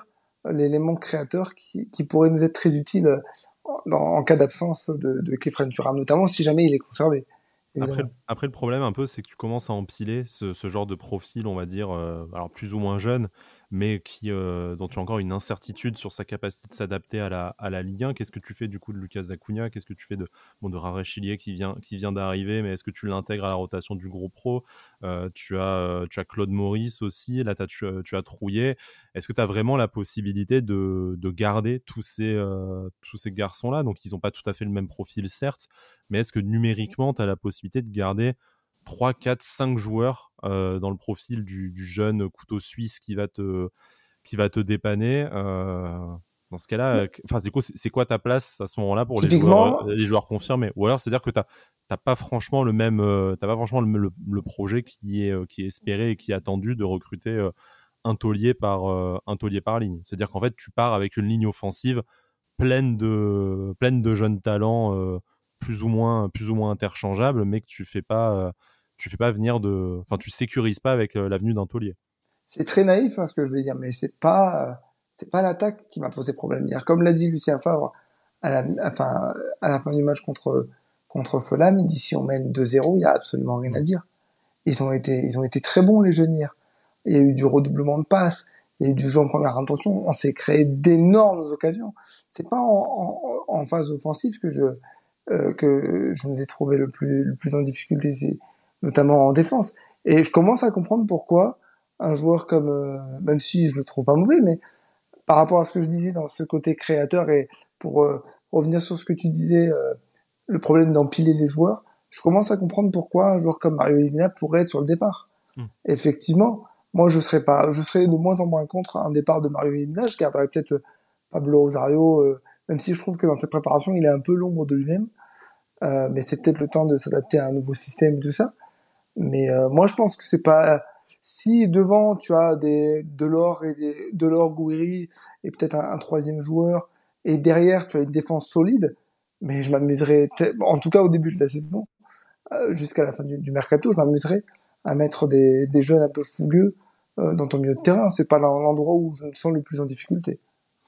l'élément créateur qui, qui pourrait nous être très utile dans, en cas d'absence de, de Khéphren Thuram, notamment si jamais il est conservé. Après, après, le problème un peu, c'est que tu commences à empiler ce, ce genre de profil, on va dire, euh, alors plus ou moins jeune, mais qui, euh, dont tu as encore une incertitude sur sa capacité de s'adapter à la, à la Ligue un. Qu'est-ce que tu fais du coup de Lucas Dacunia? Qu'est-ce que tu fais de, bon, de Rarechilier qui vient, qui vient d'arriver, mais est-ce que tu l'intègres à la rotation du gros pro? euh, tu, as, euh, tu as Claude Maurice aussi, là tu, tu as Trouillet. Est-ce que tu as vraiment la possibilité de, de garder tous ces, euh, tous ces garçons-là? Donc ils n'ont pas tout à fait le même profil, certes, mais est-ce que numériquement, tu as la possibilité de garder trois, quatre, cinq joueurs euh, dans le profil du, du jeune couteau suisse qui va te, qui va te dépanner euh, dans ce cas-là, enfin, c'est, quoi, c'est, c'est quoi ta place à ce moment-là pour les joueurs, les joueurs confirmés? Ou alors, c'est-à-dire que tu n'as pas franchement le même, euh, t'as pas franchement le, le, le projet qui est, euh, qui est espéré et qui est attendu de recruter euh, un taulier par, euh, un taulier par ligne. C'est-à-dire qu'en fait, tu pars avec une ligne offensive pleine de, pleine de jeunes talents euh, plus ou moins, plus ou moins interchangeables, mais que tu fais pas, euh, tu fais pas venir de, enfin, tu sécurises pas avec euh, l'avenue d'un taulier. C'est très naïf, hein, ce que je vais dire, mais c'est pas, c'est pas l'attaque qui m'a posé problème hier. Comme l'a dit Lucien Favre à la, enfin, à la fin du match contre, contre Fulham, il dit si on mène deux zéro, il y a absolument rien à dire. Ils ont été, ils ont été très bons, les jeunes hier. Il y a eu du redoublement de passes, il y a eu du jeu en première intention, on s'est créé d'énormes occasions. C'est pas en, en, en phase offensive que je, euh, que je nous ai trouvé le plus, le plus en difficulté, c'est notamment en défense. Et je commence à comprendre pourquoi un joueur comme, euh, même si je le trouve pas mauvais, mais par rapport à ce que je disais dans ce côté créateur et pour euh, revenir sur ce que tu disais, euh, le problème d'empiler les joueurs, je commence à comprendre pourquoi un joueur comme Mario Lemina pourrait être sur le départ. Mmh. Effectivement, moi je serais pas, je serais de moins en moins contre un départ de Mario Lemina. Je garderais peut-être Pablo Rosario, euh, même si je trouve que dans cette préparation il est un peu l'ombre de lui-même. Euh, mais c'est peut-être le temps de s'adapter à un nouveau système et tout ça. Mais euh, moi je pense que c'est pas. Si devant tu as des Delors et des Delors Gouiri et peut-être un, un troisième joueur et derrière tu as une défense solide, mais je m'amuserais, t- en tout cas au début de la saison, euh, jusqu'à la fin du, du mercato, je m'amuserais à mettre des, des jeunes un peu fougueux euh, dans ton milieu de terrain. C'est pas l'endroit où je me sens le plus en difficulté.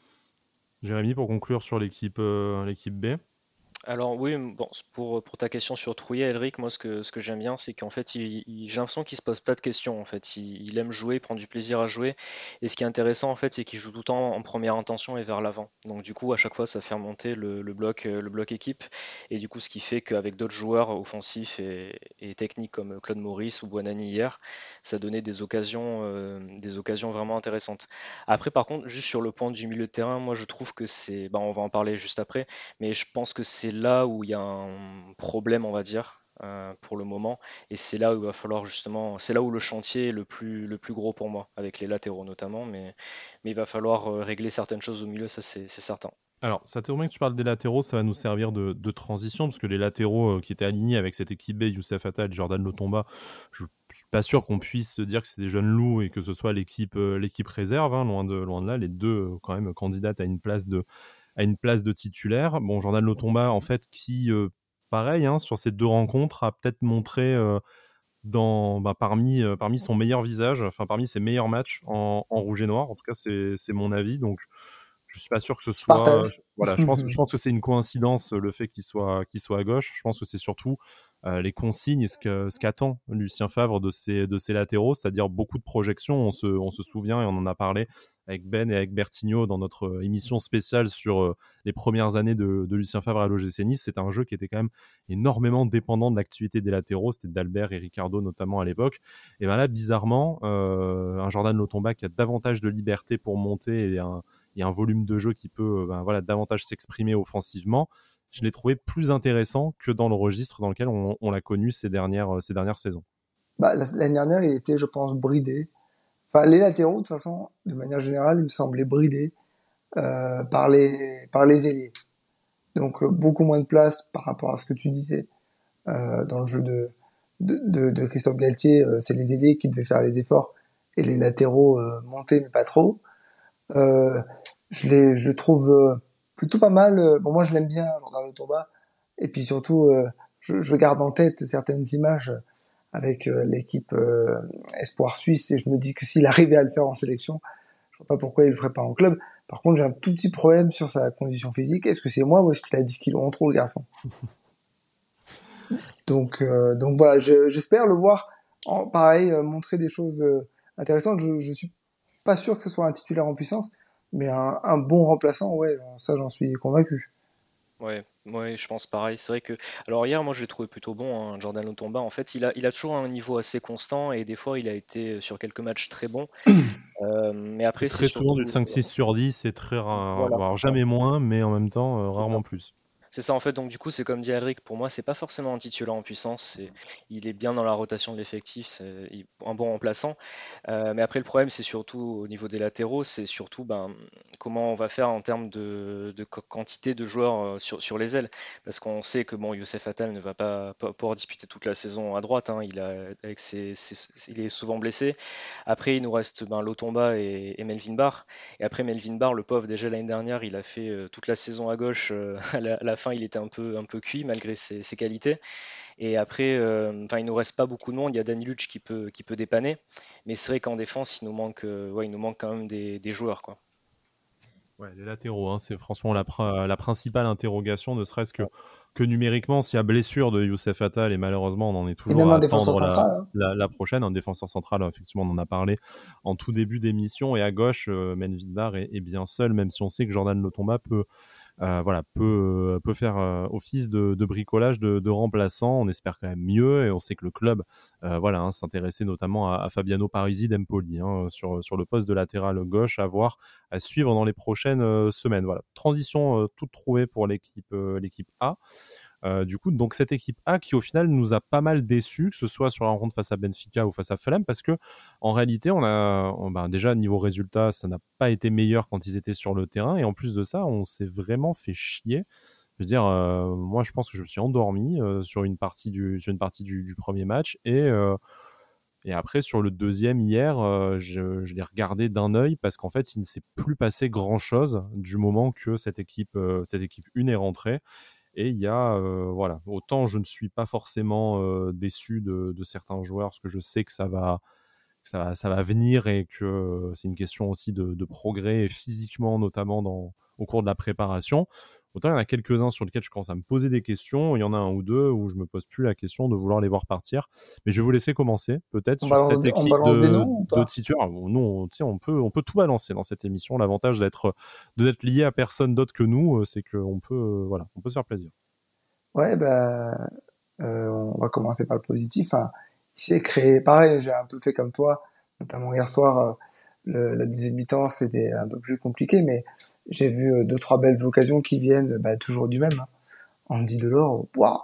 Jérémy, pour conclure sur l'équipe, euh, l'équipe B. Alors oui, bon, pour, pour ta question sur Trouillet, Elric, moi ce que, ce que j'aime bien, c'est qu'en fait, il, il- j'ai l'impression qu'il se pose pas de questions. En fait, il, il aime jouer, il prend du plaisir à jouer. Et ce qui est intéressant, en fait, c'est qu'il joue tout le temps en première intention et vers l'avant. Donc du coup, à chaque fois, ça fait remonter le, le bloc, euh, le bloc équipe. Et du coup, ce qui fait qu'avec d'autres joueurs offensifs et, et techniques comme Claude Maurice ou Buonanni hier, ça donnait des occasions, euh, des occasions vraiment intéressantes. Après, par contre, juste sur le point du milieu de terrain, moi je trouve que c'est, bah, on va en parler juste après, mais je pense que c'est là où il y a un problème, on va dire, euh, pour le moment. Et c'est là où il va falloir justement, c'est là où le chantier est le plus, le plus gros pour moi, avec les latéraux notamment. Mais, mais il va falloir euh, régler certaines choses au milieu, ça c'est c'est certain. Alors, ça tombe bien que tu parles des latéraux, ça va nous servir de, de transition, parce que les latéraux euh, qui étaient alignés avec cette équipe B, Youssef Attal, Jordan Lotomba, je suis pas sûr qu'on puisse se dire que c'est des jeunes loups et que ce soit l'équipe, euh, l'équipe réserve, hein, loin, de, loin de là, les deux euh, quand même candidates à une place de, à une place de titulaire. Bon, Jordan Lotomba, en fait, qui, euh, pareil, hein, sur ces deux rencontres, a peut-être montré euh, dans, bah, parmi, euh, parmi son meilleur visage, enfin parmi ses meilleurs matchs en, en rouge et noir. En tout cas, c'est, c'est mon avis. Donc, je suis pas sûr que ce Je soit. partage. Voilà, je pense, je pense que c'est une coïncidence le fait qu'il soit, qu'il soit à gauche. Je pense que c'est surtout euh, les consignes et ce, que, ce qu'attend Lucien Favre de ses, de ses latéraux, c'est-à-dire beaucoup de projections. On se, on se souvient et on en a parlé avec Ben et avec Bertigno dans notre émission spéciale sur euh, les premières années de, de Lucien Favre à l'O G C Nice. C'était un jeu qui était quand même énormément dépendant de l'activité des latéraux. C'était d'Albert et Ricardo notamment à l'époque. Et bien là, bizarrement, euh, un Jordan Lotomba qui a davantage de liberté pour monter et un il y a un volume de jeu qui peut ben, voilà, davantage s'exprimer offensivement. Je l'ai trouvé plus intéressant que dans le registre dans lequel on, on l'a connu ces dernières, ces dernières saisons. Bah, l'année dernière, il était, je pense, bridé. Enfin, les latéraux, de toute façon, de manière générale, il me semblait bridés euh, par les par les ailiers. Donc euh, beaucoup moins de place par rapport à ce que tu disais euh, dans le jeu de de, de, de Christophe Galtier. Euh, c'est les ailiers qui devaient faire les efforts et les latéraux euh, monter, mais pas trop. Euh, je, les, je le trouve euh, plutôt pas mal. Bon, moi, je l'aime bien, Jordan Lotomba. Et puis surtout, euh, je, je garde en tête certaines images avec euh, l'équipe euh, Espoir Suisse et je me dis que s'il arrivait à le faire en sélection, je vois pas pourquoi il le ferait pas en club, Par contre, j'ai un tout petit problème sur sa condition physique. Est-ce que c'est moi ou est-ce qu'il a dix kilos en trop, le garçon? Donc, euh, donc voilà, je, j'espère le voir, en, pareil, euh, montrer des choses euh, intéressantes. Je, je suis pas sûr que ce soit un titulaire en puissance, mais un, un bon remplaçant, ouais, ça j'en suis convaincu. Ouais, ouais, je pense pareil. C'est vrai que. Alors hier, moi, je l'ai trouvé plutôt bon, hein, Jordan Lotomba. En fait, il a, il a toujours un niveau assez constant et des fois, il a été sur quelques matchs très bon. Euh, mais C'est après, c'est très souvent du surtout. cinq six sur dix, et très rare, Voilà, voire c'est ça. jamais moins, mais en même temps, euh, C'est ça. rarement plus. C'est ça en fait, donc du coup c'est comme dit Alric, pour moi c'est pas forcément un titulaire en puissance, c'est, il est bien dans la rotation de l'effectif, c'est il- un bon remplaçant. Euh, mais après le problème c'est surtout au niveau des latéraux, c'est surtout ben, comment on va faire en termes de, de qu- quantité de joueurs euh, sur, sur les ailes, parce qu'on sait que bon Youssef Attal ne va pas, pas pouvoir disputer toute la saison à droite, hein, il a, avec ses, ses- il est souvent blessé. Après il nous reste ben, Lotomba et, et Melvin Barr. Et après Melvin Barr, le pauvre, déjà l'année dernière, il a fait euh, toute la saison à gauche. euh, à, la, à la fin, il était un peu, un peu cuit malgré ses, ses qualités. Et après, euh, enfin, il nous reste pas beaucoup de monde. Il y a Danny Luch qui peut, qui peut dépanner. Mais c'est vrai qu'en défense, il nous manque, euh, ouais, il nous manque quand même des, des joueurs, quoi. Ouais, les latéraux, hein, c'est franchement la, pr- la principale interrogation, ne serait-ce que, que numériquement, s'il y a blessure de Youssef Attal, et malheureusement on en est Et toujours même à un défenseur attendre la, central, hein. la, la prochaine, un défenseur central, effectivement on en a parlé en tout début d'émission, et à gauche, euh, Melvin Barr est, est bien seul, même si on sait que Jordan Lotomba peut, euh, voilà, peut, euh, peut faire euh, office de, de bricolage de, de remplaçant. On espère quand même mieux, et on sait que le club euh, voilà, hein, s'intéressait notamment à, à Fabiano Parisi d'Empoli hein, sur, sur le poste de latéral gauche, à voir, à suivre dans les prochaines euh, semaines. Voilà. Transition euh, toute trouvée pour l'équipe, euh, l'équipe A. Euh, du coup, donc cette équipe A qui au final nous a pas mal déçus, que ce soit sur la rencontre face à Benfica ou face à Fulham, parce que en réalité, on a on, ben, déjà niveau résultat, ça n'a pas été meilleur quand ils étaient sur le terrain, et en plus de ça, on s'est vraiment fait chier. Je veux dire, euh, moi, je pense que je me suis endormi euh, sur une partie du sur une partie du, du premier match, et euh, et après sur le deuxième hier, euh, je, je l'ai regardé d'un œil parce qu'en fait, il ne s'est plus passé grand chose du moment que cette équipe euh, cette équipe un est rentrée. Et il y a, euh, voilà, autant je ne suis pas forcément euh, déçu de, de certains joueurs, parce que je sais que ça va, que ça, va- ça va venir, et que euh, c'est une question aussi de, de progrès, et physiquement notamment dans, au cours de la préparation. Autant il y en a quelques-uns sur lesquels je commence à me poser des questions, il y en a un ou deux où je me pose plus la question de vouloir les voir partir. Mais je vais vous laisser commencer, peut-être On sur balance cette des, on équipe balance des de, noms ou de pas? titulaires. Bon, nous, on, tu sais, on peut, on peut tout balancer dans cette émission. L'avantage d'être, de d'être lié à personne d'autre que nous, euh, c'est qu'on peut, euh, voilà, on peut se faire plaisir. Ouais, bah, euh, on va commencer par le positif, hein. Il s'est créé, pareil, j'ai un peu fait comme toi, notamment hier soir, euh, le, la deuxième mi-temps, c'était un peu plus compliqué, mais j'ai vu euh, deux, trois belles occasions qui viennent bah, toujours du même, hein. Andy Delors, waouh!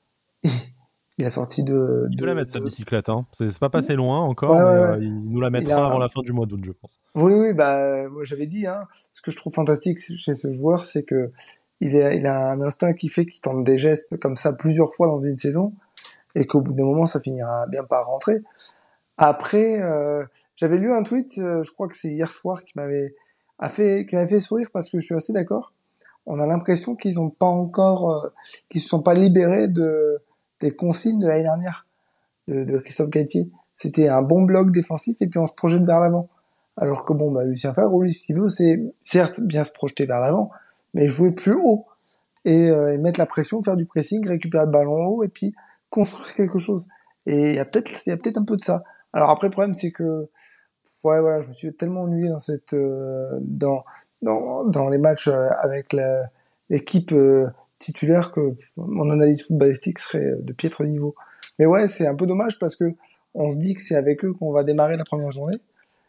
Il a sorti de, Il peut la de, mettre sa de... bicyclette, hein. C'est c'est pas passé loin encore, Ouais, mais ouais, ouais. euh, il nous la Il mettra avant a, la fin du mois d'août, je pense. oui, oui, bah, moi, j'avais dit, hein, ce que je trouve fantastique chez ce joueur, c'est que il a, il a un instinct qui fait qu'il tente des gestes comme ça plusieurs fois dans une saison, et qu'au bout d'un moment, ça finira bien par rentrer. Après, euh, j'avais lu un tweet, euh, je crois que c'est hier soir, qui m'avait a fait, qui m'avait fait sourire parce que je suis assez d'accord. On a l'impression qu'ils ont pas encore, euh, qu'ils se sont pas libérés de des consignes de l'année dernière de, de Christophe Galtier. C'était un bon bloc défensif et puis on se projette vers l'avant. Alors que bon, bah, Lucien Favre, lui, ce qu'il veut, c'est certes bien se projeter vers l'avant, mais jouer plus haut et, euh, et mettre la pression, faire du pressing, récupérer le ballon haut et puis construire quelque chose. Et il y a peut-être, il y a peut-être un peu de ça. Alors après, le problème, c'est que ouais, voilà, je me suis tellement ennuyé dans cette, euh, dans, dans, dans les matchs euh, avec la- l'équipe euh, titulaire que mon analyse footballistique serait de piètre niveau. Mais ouais, c'est un peu dommage parce que on se dit que c'est avec eux qu'on va démarrer la première journée.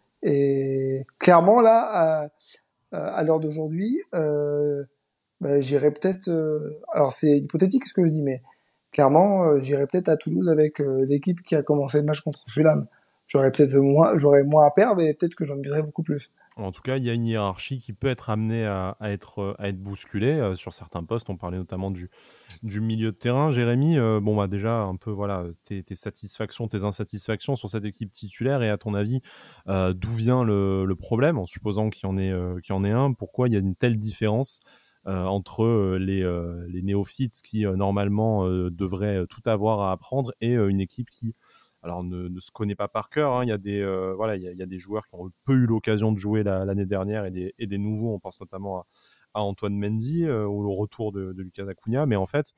Et clairement, là, à, à l'heure d'aujourd'hui, euh, bah, j'irai peut-être. Euh, alors c'est hypothétique ce que je dis, mais clairement, euh, j'irai peut-être à Toulouse avec euh, l'équipe qui a commencé le match contre Fulham. J'aurais peut-être moins, j'aurais moins à perdre et peut-être que j'en viserais beaucoup plus. En tout cas, il y a une hiérarchie qui peut être amenée à, à être, euh, à être bousculée euh, sur certains postes. On parlait notamment du, du milieu de terrain. Jérémy, euh, bon, bah, déjà, un peu, voilà, tes, tes satisfactions, tes insatisfactions sur cette équipe titulaire, et à ton avis, euh, d'où vient le, le problème, en supposant qu'il y en ait, euh, qu'il y en ait un. Pourquoi il y a une telle différence euh, entre euh, les, euh, les néophytes qui, euh, normalement, euh, devraient tout avoir à apprendre, et euh, une équipe qui alors ne, ne se connaît pas par cœur. Hein. Il y a des euh, voilà, il y a, il y a des joueurs qui ont peu eu l'occasion de jouer la, l'année dernière et des, et des nouveaux. On pense notamment à, à Antoine Mendy euh, ou le retour de, de Lucas Acuna. Mais en fait,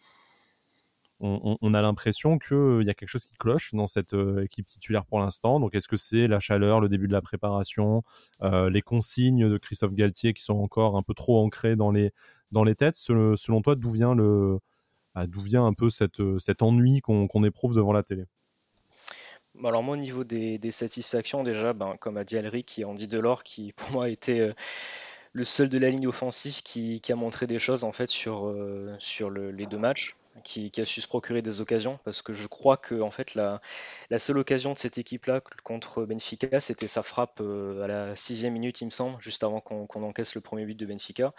on, on, on a l'impression qu'il euh, y a quelque chose qui cloche dans cette euh, équipe titulaire pour l'instant. Donc, est-ce que c'est la chaleur, le début de la préparation, euh, les consignes de Christophe Galtier qui sont encore un peu trop ancrées dans les, dans les têtes? Selon, selon toi, d'où vient, le, ah, d'où vient un peu cette, cet ennui qu'on, qu'on éprouve devant la télé? Alors moi au niveau des, des satisfactions déjà, ben, comme a dit Alric, il y a Andy Delors qui pour moi était euh, le seul de la ligne offensive qui, qui a montré des choses en fait sur, euh, sur le- les deux matchs, qui, qui a su se procurer des occasions, parce que je crois que en fait la, la seule occasion de cette équipe-là contre Benfica, c'était sa frappe euh, à la sixième minute, il me semble, juste avant qu'on qu'on encaisse le premier but de Benfica.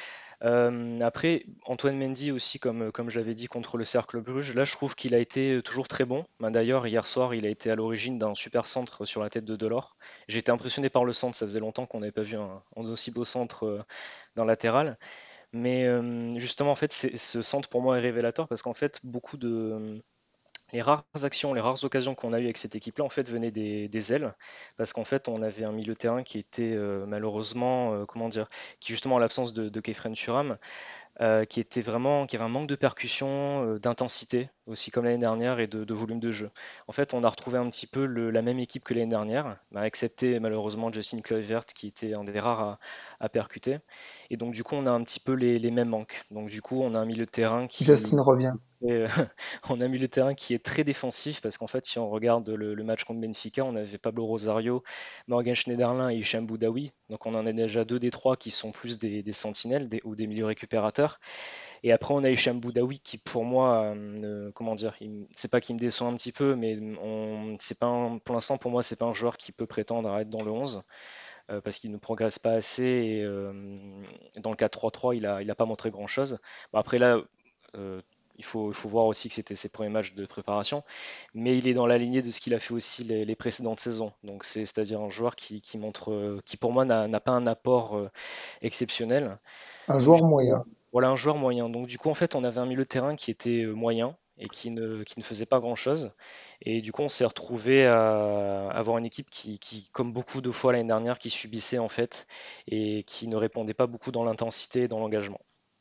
Euh, après, Antoine Mendy aussi, comme, comme j'avais dit contre le Cercle Bruges, là je trouve qu'il a été toujours très bon. Ben, D'ailleurs, hier soir, il a été à l'origine d'un super centre sur la tête de Delors. J'ai été impressionné par le centre, ça faisait longtemps qu'on n'avait pas vu un, un aussi beau centre euh, d'un latéral. Mais euh, justement, en fait, c'est- ce centre pour moi est révélateur parce qu'en fait, beaucoup de, les rares actions, les rares occasions qu'on a eues avec cette équipe-là, en fait, venaient des, des ailes, parce qu'en fait, on avait un milieu de terrain qui était euh, malheureusement, euh, comment dire, qui justement, en l'absence de, de Kefren Turam, euh, qui était vraiment, qui avait un manque de percussion, euh, d'intensité, aussi comme l'année dernière, et de, de volume de jeu. En fait, on a retrouvé un petit peu le- la même équipe que l'année dernière, bah, excepté malheureusement Justin Kluivert, qui était un des rares à, à percuter. Et donc, du coup, on a un petit peu les, les mêmes manques. Donc, du coup, on a un milieu de terrain qui, Justin revient. et, euh, on a un milieu de terrain qui est très défensif parce qu'en fait, si on regarde le, le match contre Benfica, on avait Pablo Rosario, Morgan Schneiderlin et Hicham Boudaoui. Donc on en a déjà deux des trois qui sont plus des, des sentinelles des- ou des milieux récupérateurs. Et après, on a Hicham Boudaoui qui, pour moi, euh, ne- comment dire, il- c'est pas qu'il me déçoit un petit peu, mais on, c'est pas un- pour l'instant, pour moi, c'est pas un joueur qui peut prétendre à être dans le onze euh, parce qu'il ne progresse pas assez. Et euh, dans le quatre trois trois, il a, il a pas montré grand-chose. Bon, après là. euh, il faut, il faut voir aussi que c'était ses premiers matchs de préparation, mais il est dans la lignée de ce qu'il a fait aussi les, les précédentes saisons. Donc c'est, c'est-à-dire un joueur qui, qui montre, euh, qui pour moi n'a, n'a pas un apport euh, exceptionnel. Un Donc du joueur coup, moyen. voilà un joueur moyen. Donc du coup, en fait, on avait un milieu de terrain qui était euh, moyen et qui ne, qui ne faisait pas grand-chose. Et du coup, on s'est retrouvé à avoir une équipe qui, qui, comme beaucoup de fois l'année dernière, qui subissait en fait et qui ne répondait pas beaucoup dans l'intensité et dans l'engagement.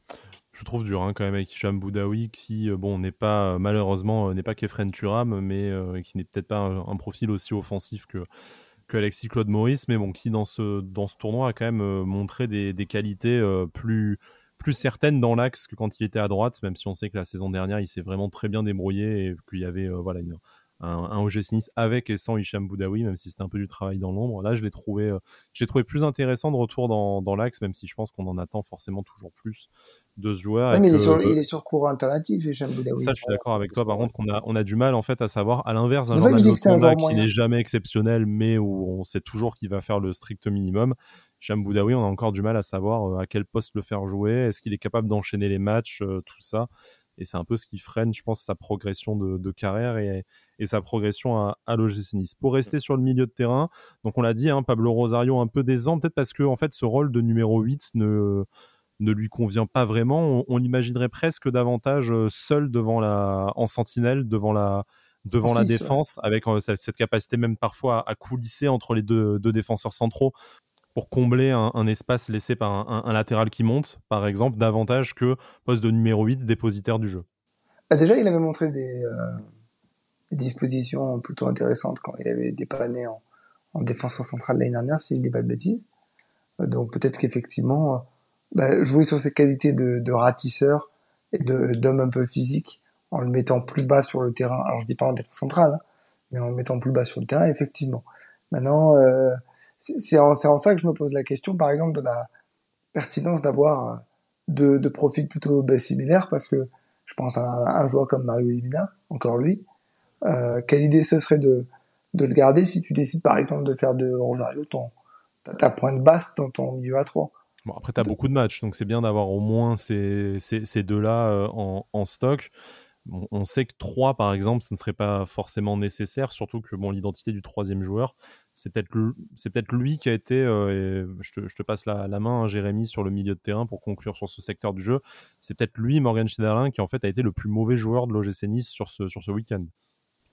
Je trouve dur hein, quand même avec Hicham Boudaoui qui, euh, bon, n'est pas, euh, malheureusement, euh, n'est pas Kefren Turam, mais euh, qui n'est peut-être pas un, un profil aussi offensif que, que Alexis Claude Maurice, mais bon, qui dans ce, dans ce tournoi a quand même euh, montré des, des qualités euh, plus, plus certaines dans l'axe que quand il était à droite, même si on sait que la saison dernière, il s'est vraiment très bien débrouillé et qu'il y avait euh, voilà, une, un, un O G C Nice avec et sans Hicham Boudaoui, même si c'était un peu du travail dans l'ombre. Là, je l'ai trouvé, euh, je l'ai trouvé plus intéressant de retour dans, dans l'axe, même si je pense qu'on en attend forcément toujours plus de ce joueur Ouais, et mais il est que sur, il est sur courant alternatif, Hicham ça, Boudaoui. je suis d'accord avec C'est toi. ça, Par ouais. contre, qu'on a, on a du mal en fait à savoir, à l'inverse C'est d'un pour ça que je Jordan dis que c'est un Lokonga joueur qui moyen. n'est jamais exceptionnel, mais où on sait toujours qu'il va faire le strict minimum. Hicham Boudaoui, on a encore du mal à savoir euh, à quel poste le faire jouer. Est-ce qu'il est capable d'enchaîner les matchs, euh, tout ça. Et c'est un peu ce qui freine, je pense, sa progression de, de carrière et, et sa progression à, à l'O G C Nice. Pour rester sur le milieu de terrain, donc on l'a dit, hein, Pablo Rosario un peu décevant, peut-être parce que en fait, ce rôle de numéro huit ne ne lui convient pas vraiment. On, on l'imaginerait presque davantage euh, seul devant la, en sentinelle, devant la, En devant la six, ouais. défense, avec euh, cette, cette capacité même parfois à, à coulisser entre les deux, deux défenseurs centraux pour combler un, un espace laissé par un, un- un latéral qui monte, par exemple, davantage que poste de numéro huit, dépositaire du jeu. Bah, déjà, il avait montré des, euh, des dispositions plutôt intéressantes quand il avait dépanné en, en défenseur central l'année dernière, si je dis pas de bêtises. Euh, Donc peut-être qu'effectivement, euh, bah, jouer sur ses qualités de, de ratisseur et de d'homme un peu physique en le mettant plus bas sur le terrain. Alors je dis pas en défense centrale, hein, mais en le mettant plus bas sur le terrain, effectivement. Maintenant, euh, c'est c'est en, c'est en ça que je me pose la question, par exemple, de la pertinence d'avoir euh, deux, deux profils plutôt bah, similaires, parce que je pense à un, un joueur comme Mario Lemina, encore lui. Euh, quelle idée ce serait de, de le garder si tu décides par exemple de faire de Rosario ton, ta, ta pointe basse dans ton milieu à trois. Bon, après, tu as beaucoup de matchs, donc c'est bien d'avoir au moins ces, ces, ces deux-là euh, en, en stock. On, on sait que trois, par exemple, ce ne serait pas forcément nécessaire, surtout que bon, l'identité du troisième joueur, c'est peut-être, le- c'est peut-être lui qui a été, euh, et je, te, je te passe la, la main, hein, Jérémy, sur le milieu de terrain pour conclure sur ce secteur du jeu, c'est peut-être lui, Morgan Schneiderlin, qui en fait a été le plus mauvais joueur de l'O G C Nice sur ce, sur ce week-end.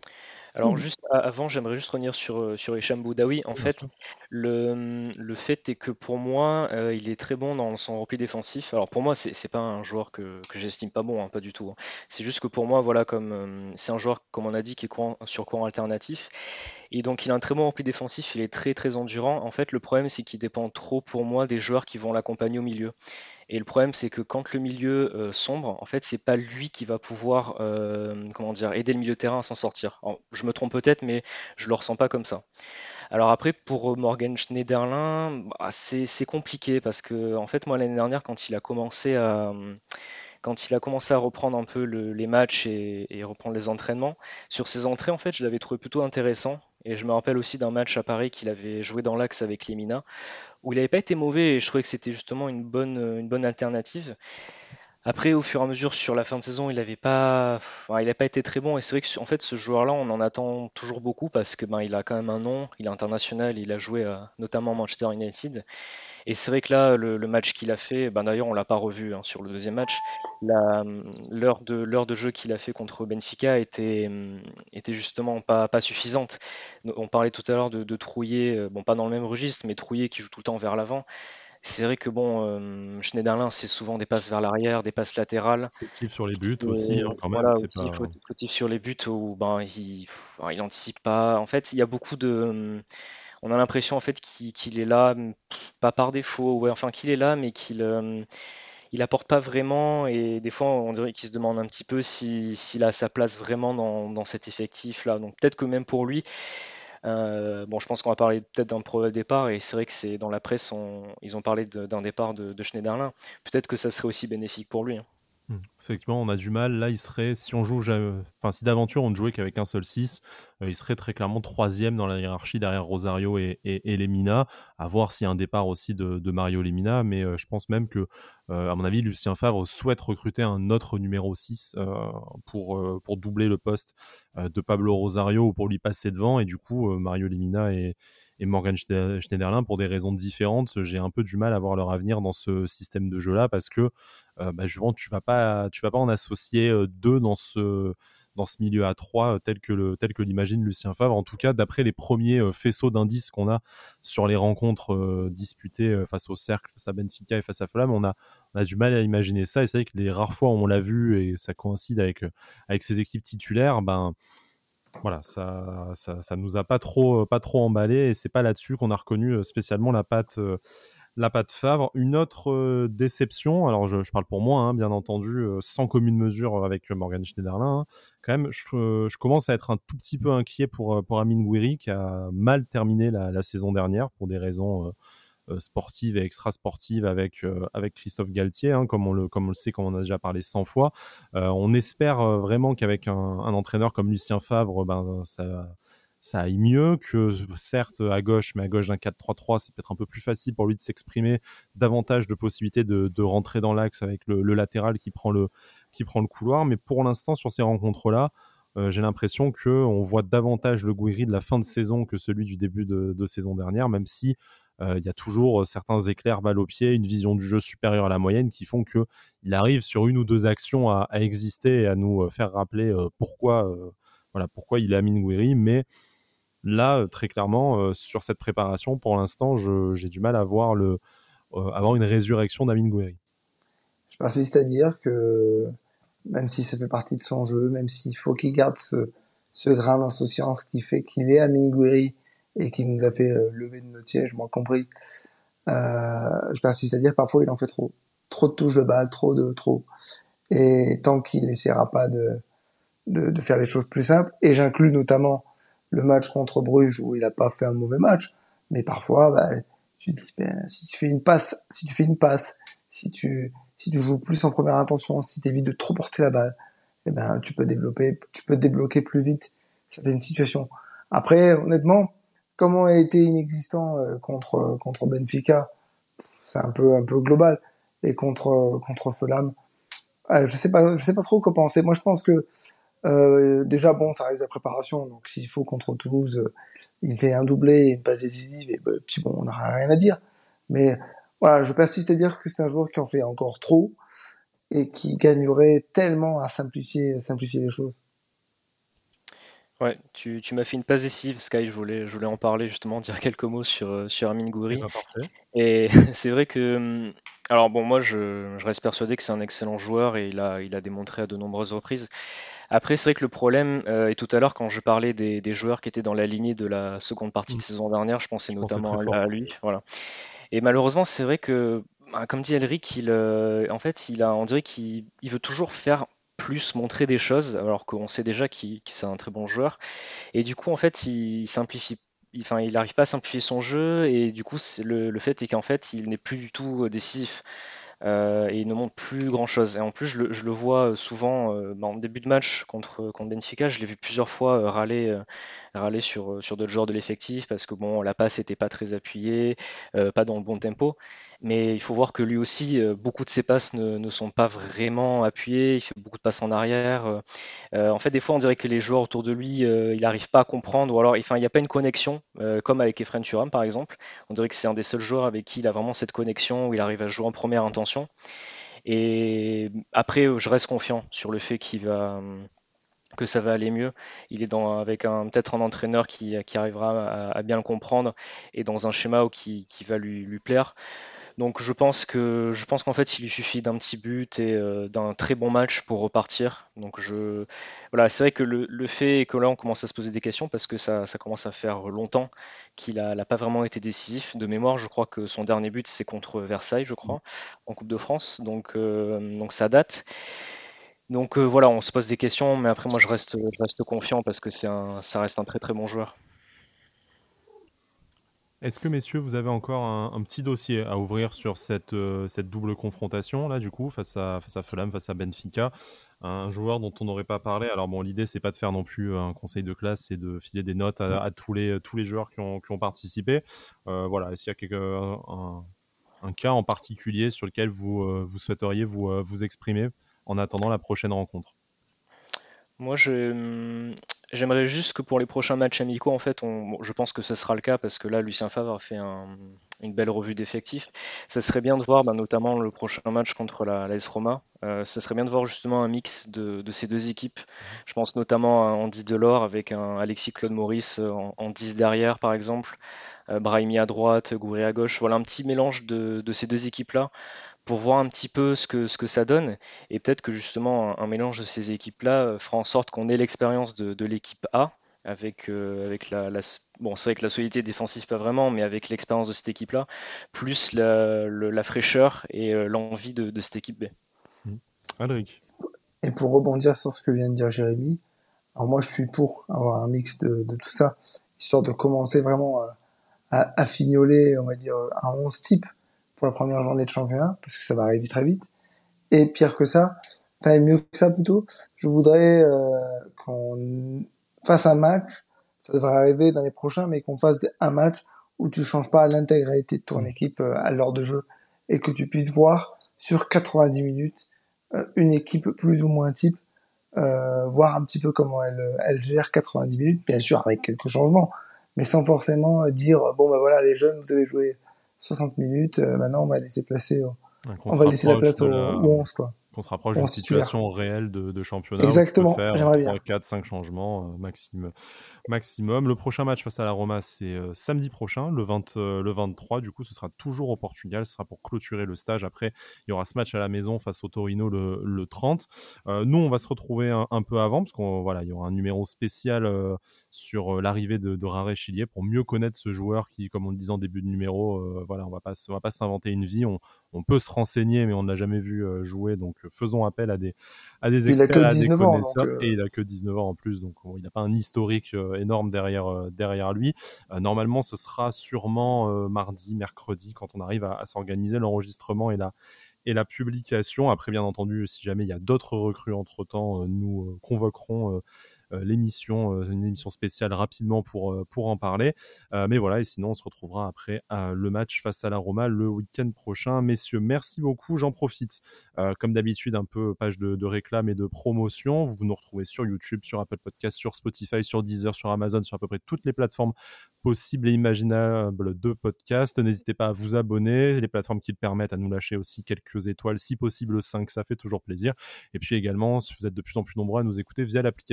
Alors juste a- avant, j'aimerais juste revenir sur, euh, sur Hicham Boudaoui. En Oui, bien fait, sûr. le, le fait est que pour moi, euh, il est très bon dans son repli défensif. Alors pour moi, c'est c'est pas un joueur que, que j'estime pas bon, hein, pas du tout, hein. C'est juste que pour moi, voilà, comme euh, c'est un joueur, comme on a dit, qui est courant- sur courant alternatif. Et donc il a un très bon repli défensif, il est très très endurant. En fait, le problème, c'est qu'il dépend trop pour moi des joueurs qui vont l'accompagner au milieu. Et le problème, c'est que quand le milieu euh, sombre, en fait, c'est pas lui qui va pouvoir, euh, comment dire, aider le milieu de terrain à s'en sortir. Alors, je me trompe peut-être, mais je le ressens pas comme ça. Alors après, pour Morgan Schneiderlin, bah, c'est c'est compliqué parce que, en fait, moi l'année dernière, quand il a commencé à, quand il a commencé à reprendre un peu le- les matchs et, et reprendre les entraînements, sur ses entrées, en fait, je l'avais trouvé plutôt intéressant. Et je me rappelle aussi d'un match à Paris qu'il avait joué dans l'axe avec Lemina, où il n'avait pas été mauvais et je trouvais que c'était justement une bonne, une bonne alternative. Après, au fur et à mesure, sur la fin de saison, il n'avait pas, enfin, il a pas été très bon. Et c'est vrai que, en fait, ce joueur-là, on en attend toujours beaucoup parce que ben, il a quand même un nom, il est international, il a joué à, notamment à Manchester United. Et c'est vrai que là, le, le match qu'il a fait, ben, d'ailleurs, on l'a pas revu hein, sur le deuxième match. La- L'heure de, l'heure de jeu qu'il a fait contre Benfica était, hum, était justement pas, pas suffisante. On parlait tout à l'heure de, de Trouillet, euh, bon, pas dans le même registre, mais Trouillet qui joue tout le temps vers l'avant. C'est vrai que bon, euh, Schneiderlin, c'est souvent des passes vers l'arrière, des passes latérales. Fautif sur les buts C'est aussi, hein, quand même. voilà C'est aussi pas. faute- fautif sur les buts où ben il, enfin, il anticipe pas. En fait, il y a beaucoup de, on a l'impression en fait qu'il qu'il est là, pff, pas par défaut, ouais, enfin qu'il est là, mais qu'il euh, il apporte pas vraiment. Et des fois, on dirait qu'il se demande un petit peu si s'il a sa place vraiment dans, dans cet effectif-là. Donc peut-être que même pour lui. Euh, bon, je pense qu'on va parler peut-être d'un probable départ, et c'est vrai que c'est dans la presse, on- ils ont parlé de- d'un départ de, de Schneiderlin. Peut-être que ça serait aussi bénéfique pour lui, hein. Mmh. Effectivement, on a du mal. Là, il serait, si on joue, ja- enfin, si d'aventure on ne jouait qu'avec un seul six, euh, il serait très clairement troisième dans la hiérarchie derrière Rosario et, et, et Lemina. À voir s'il y a un départ aussi de, de Mario Lemina, mais euh, je pense même que, euh, à mon avis, Lucien Favre souhaite recruter un autre numéro six euh, pour, euh, pour doubler le poste euh, de Pablo Rosario ou pour lui passer devant. Et du coup, euh, Mario Lemina et, et Morgan Schne- Schneiderlin, pour des raisons différentes, j'ai un peu du mal à voir leur avenir dans ce système de jeu-là parce que euh, bah, justement, tu vas pas, tu vas pas en associer euh, deux dans ce, dans ce milieu à trois euh, tel que le, tel que l'imagine Lucien Favre. En tout cas, d'après les premiers euh, faisceaux d'indices qu'on a sur les rencontres euh, disputées euh, face au Cercle, face à Benfica et face à Fulham, on a, on a du mal à imaginer ça. Et c'est vrai que les rares fois où on l'a vu et ça coïncide avec, euh, avec ces équipes titulaires, ben voilà, ça, ça, ça nous a pas trop, pas trop emballé et c'est pas là-dessus qu'on a reconnu euh, spécialement la patte, euh, la patte Favre. Une autre euh, déception, alors je, je parle pour moi, hein, bien entendu, euh, sans commune mesure avec Morgan Schneiderlin. Hein. Quand même, je, euh, je commence à être un tout petit peu inquiet pour, euh, pour Amine Gouiri, qui a mal terminé la, la saison dernière pour des raisons euh, euh, sportives et extra-sportives avec, euh, avec Christophe Galtier, hein, comme, on le, comme on le sait, comme on a déjà parlé cent fois. Euh, on espère euh, vraiment qu'avec un, un entraîneur comme Lucien Favre, ben, ça ça aille mieux, que certes à gauche, mais à gauche d'un quatre trois trois, c'est peut-être un peu plus facile pour lui de s'exprimer, davantage de possibilités de, de rentrer dans l'axe avec le, le latéral qui prend le, qui prend le couloir. Mais pour l'instant, sur ces rencontres-là, euh, j'ai l'impression qu'on voit davantage le Gouiri de la fin de saison que celui du début de, de saison dernière, même si il euh, y a toujours certains éclairs balle au pied, une vision du jeu supérieure à la moyenne qui font qu'il arrive sur une ou deux actions à, à exister et à nous faire rappeler euh, pourquoi, euh, voilà, pourquoi il est Amine Gouiri. Mais là, très clairement, euh, sur cette préparation, pour l'instant, je, j'ai du mal à voir, le, euh, avoir une résurrection d'Amine Gouiri. Je persiste à dire que même si ça fait partie de son jeu, même s'il faut qu'il garde ce, ce grain d'insouciance qui fait qu'il est Amine Gouiri et qui nous a fait euh, lever de notre siège, moi compris, euh, je persiste à dire que parfois il en fait trop. Trop de touches de balle, trop de trop. Et tant qu'il n'essaiera pas de, de, de faire les choses plus simples, et j'inclus notamment le match contre Bruges où il n'a pas fait un mauvais match, mais parfois, bah, tu dis, ben, si tu fais une passe, si tu fais une passe, si tu, si tu joues plus en première intention, si tu évites de trop porter la balle, eh ben, tu peux développer, tu peux débloquer plus vite certaines situations. Après, honnêtement, comme on a été inexistant euh, contre, contre Benfica, c'est un peu, un peu global, et contre, contre Fulham, euh, je sais pas, je sais pas trop quoi penser. Moi, je pense que euh, déjà, bon, ça reste la préparation. Donc, s'il faut contre Toulouse, euh, il fait un doublé, une passe décisive, et bah, puis bon, on n'a rien à dire. Mais voilà, je persiste à dire que c'est un joueur qui en fait encore trop et qui gagnerait tellement à simplifier, à simplifier les choses. Ouais, tu, tu m'as fait une passe décisive, Sky, je voulais, je voulais en parler justement, dire quelques mots sur, euh, sur Amine Et Gouiri. bah parfait. Et c'est vrai que, hum, alors bon, moi je, je reste persuadé que c'est un excellent joueur et il a, il a démontré à de nombreuses reprises. Après, c'est vrai que le problème, euh, et tout à l'heure quand je parlais des, des joueurs qui étaient dans la lignée de la seconde partie de Mmh. saison dernière, je pensais Je pensais notamment très à, fort. à lui. Voilà. Et malheureusement, c'est vrai que, bah, comme dit Elric, il, euh, en fait, il a, on dirait qu'il il veut toujours faire plus, montrer des choses, alors qu'on sait déjà qu'il, que c'est un très bon joueur. Et du coup, en fait, il simplifie, il- enfin, il n'arrive pas à simplifier son jeu, et du coup, c'est le, le fait est qu'en fait, il n'est plus du tout euh, décisif. Euh, et il ne montre plus grand-chose. Et en plus, je le, je le vois euh, souvent euh, bah, en début de match contre, contre Benfica, je l'ai vu plusieurs fois euh, râler, euh, râler sur, euh, sur d'autres joueurs de l'effectif parce que bon, la passe n'était pas très appuyée, euh, pas dans le bon tempo. Mais il faut voir que lui aussi, euh, beaucoup de ses passes ne, ne sont pas vraiment appuyées. Il fait beaucoup de passes en arrière. euh, euh, en fait, des fois, on dirait que les joueurs autour de lui, euh, il n'arrive pas à comprendre, ou alors, enfin, il n'y a pas une connexion, euh, comme avec Efren Thuram, par exemple. On dirait que c'est un des seuls joueurs avec qui il a vraiment cette connexion, où il arrive à jouer en première intention. Et après, euh, je reste confiant sur le fait qu'il va, que ça va aller mieux. Il est dans, avec un, peut-être un entraîneur qui, qui arrivera à, à bien le comprendre et dans un schéma où qui, qui va lui, lui plaire. Donc je pense que je pense qu'en fait il lui suffit d'un petit but et euh, d'un très bon match pour repartir. Donc je voilà, c'est vrai que le, le fait que là on commence à se poser des questions parce que ça, ça commence à faire longtemps qu'il a, l'a pas vraiment été décisif. De mémoire, je crois que son dernier but c'est contre Versailles, je crois, en Coupe de France. Donc euh, donc ça date. Donc euh, voilà, on se pose des questions, mais après moi je reste je reste confiant parce que c'est un ça reste un très très bon joueur. Est-ce que, messieurs, vous avez encore un, un petit dossier à ouvrir sur cette, euh, cette double confrontation, là, du coup, face à, face à Fulham, face à Benfica, un joueur dont on n'aurait pas parlé. Alors, bon, l'idée, c'est pas de faire non plus un conseil de classe, c'est de filer des notes à, à tous, les, tous les joueurs qui ont, qui ont participé. Euh, voilà, est-ce qu'il y a quelque, un, un cas en particulier sur lequel vous, euh, vous souhaiteriez vous, euh, vous exprimer en attendant la prochaine rencontre? Moi, je, hum, j'aimerais juste que pour les prochains matchs amicaux, en fait, on, bon, je pense que ce sera le cas parce que là, Lucien Favre a fait un- une belle revue d'effectifs. Ça serait bien de voir, bah, notamment le prochain match contre la, l'A S Roma. Euh, ça serait bien de voir justement un mix de, de ces deux équipes. Je pense notamment à Andy Delors avec un Alexis Claude Maurice euh, en, en dix derrière, par exemple, euh, Brahimi à droite, Gouiri à gauche. Voilà un petit mélange de, de ces deux équipes-là pour voir un petit peu ce que, ce que ça donne. Et peut-être que justement un, un mélange de ces équipes-là euh, fera en sorte qu'on ait l'expérience de, de l'équipe A avec, euh, avec la, la- bon, c'est vrai que la solidité défensive pas vraiment, mais avec l'expérience de cette équipe-là, plus la, le- la fraîcheur et euh, l'envie de, de cette équipe B. Mmh. Alric. Et pour rebondir sur ce que vient de dire Jérémy, alors moi je suis pour avoir un mix de, de tout ça, histoire de commencer vraiment à, à, à fignoler, on va dire, un onze type pour la première journée de championnat, parce que ça va arriver très vite. Et pire que ça, enfin mieux que ça plutôt, je voudrais euh, qu'on fasse un match, ça devrait arriver dans les prochains, mais qu'on fasse des- un match où tu changes pas l'intégralité de ton Mmh. équipe euh, à l'heure de jeu et que tu puisses voir sur quatre-vingt-dix minutes euh, une équipe plus ou moins type, euh, voir un petit peu comment elle, elle gère quatre-vingt-dix minutes, bien sûr avec quelques changements, mais sans forcément dire bon ben voilà les jeunes vous avez joué soixante minutes, euh, maintenant on va laisser placer, au- Ouais, qu'on on se va laisser la rapproche place de au, la, au onze quoi, qu'on se rapproche au d'une onze titulaire. situation réelle de, de championnat où tu peux Exactement, faire j'aimerais trois, bien. quatre, cinq changements euh, maximum. maximum. Le prochain match face à la Roma, c'est euh, samedi prochain, le, vingt, euh, le vingt-trois. Du coup, ce sera toujours au Portugal. Ce sera pour clôturer le stage. Après, il y aura ce match à la maison face au Torino le, le trente. Euh, nous, on va se retrouver un, un peu avant parce qu'il voilà, y aura un numéro spécial euh, sur euh, l'arrivée de, de Rare Chilier pour mieux connaître ce joueur qui, comme on le disait en début de numéro, euh, voilà, on va pas, on va pas s'inventer une vie. On, on peut se renseigner, mais on ne l'a jamais vu euh, jouer. Donc, euh, faisons appel à des, à des Puis il a que experts et à des dix-neuf ans, donc connaisseurs. Et euh, il a que dix-neuf ans en plus, donc bon, il n'a pas un historique euh, énorme derrière, euh, derrière lui. Euh, normalement, ce sera sûrement euh, mardi, mercredi, quand on arrive à, à s'organiser l'enregistrement et la, et la publication. Après, bien entendu, si jamais il y a d'autres recrues entre-temps, euh, nous euh, convoquerons euh, euh, l'émission, euh, une émission spéciale rapidement pour, euh, pour en parler. Euh, mais voilà, et sinon, on se retrouvera après euh, le match face à la Roma le week-end prochain. Messieurs, merci beaucoup. J'en profite, euh, comme d'habitude, un peu page de, de réclame et de promotion. Vous nous retrouvez sur YouTube, sur Apple Podcast, sur Spotify, sur Deezer, sur Amazon, sur à peu près toutes les plateformes possibles et imaginables de podcast. N'hésitez pas à vous abonner, les plateformes qui le permettent, à nous lâcher aussi quelques étoiles, si possible cinq, ça fait toujours plaisir. Et puis également, si vous êtes de plus en plus nombreux à nous écouter via l'application OneFootball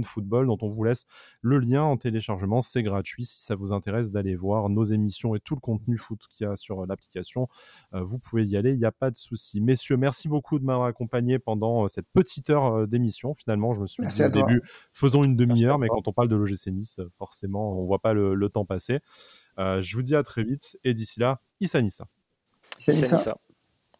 Football, dont on vous laisse le lien en téléchargement. C'est gratuit si ça vous intéresse d'aller voir nos émissions et tout le contenu foot qu'il y a sur l'application. Euh, vous pouvez y aller, il n'y a pas de souci. Messieurs, merci beaucoup de m'avoir accompagné pendant euh, cette petite heure euh, d'émission. Finalement, je me suis Merci dit à au toi. début, faisons une demi-heure, mais toi. quand on parle de l'O G C Nice, euh, forcément, on ne voit pas le, le temps passer. Euh, je vous dis à très vite et d'ici là, Issa Nissa. C'est Issa ça. Nissa.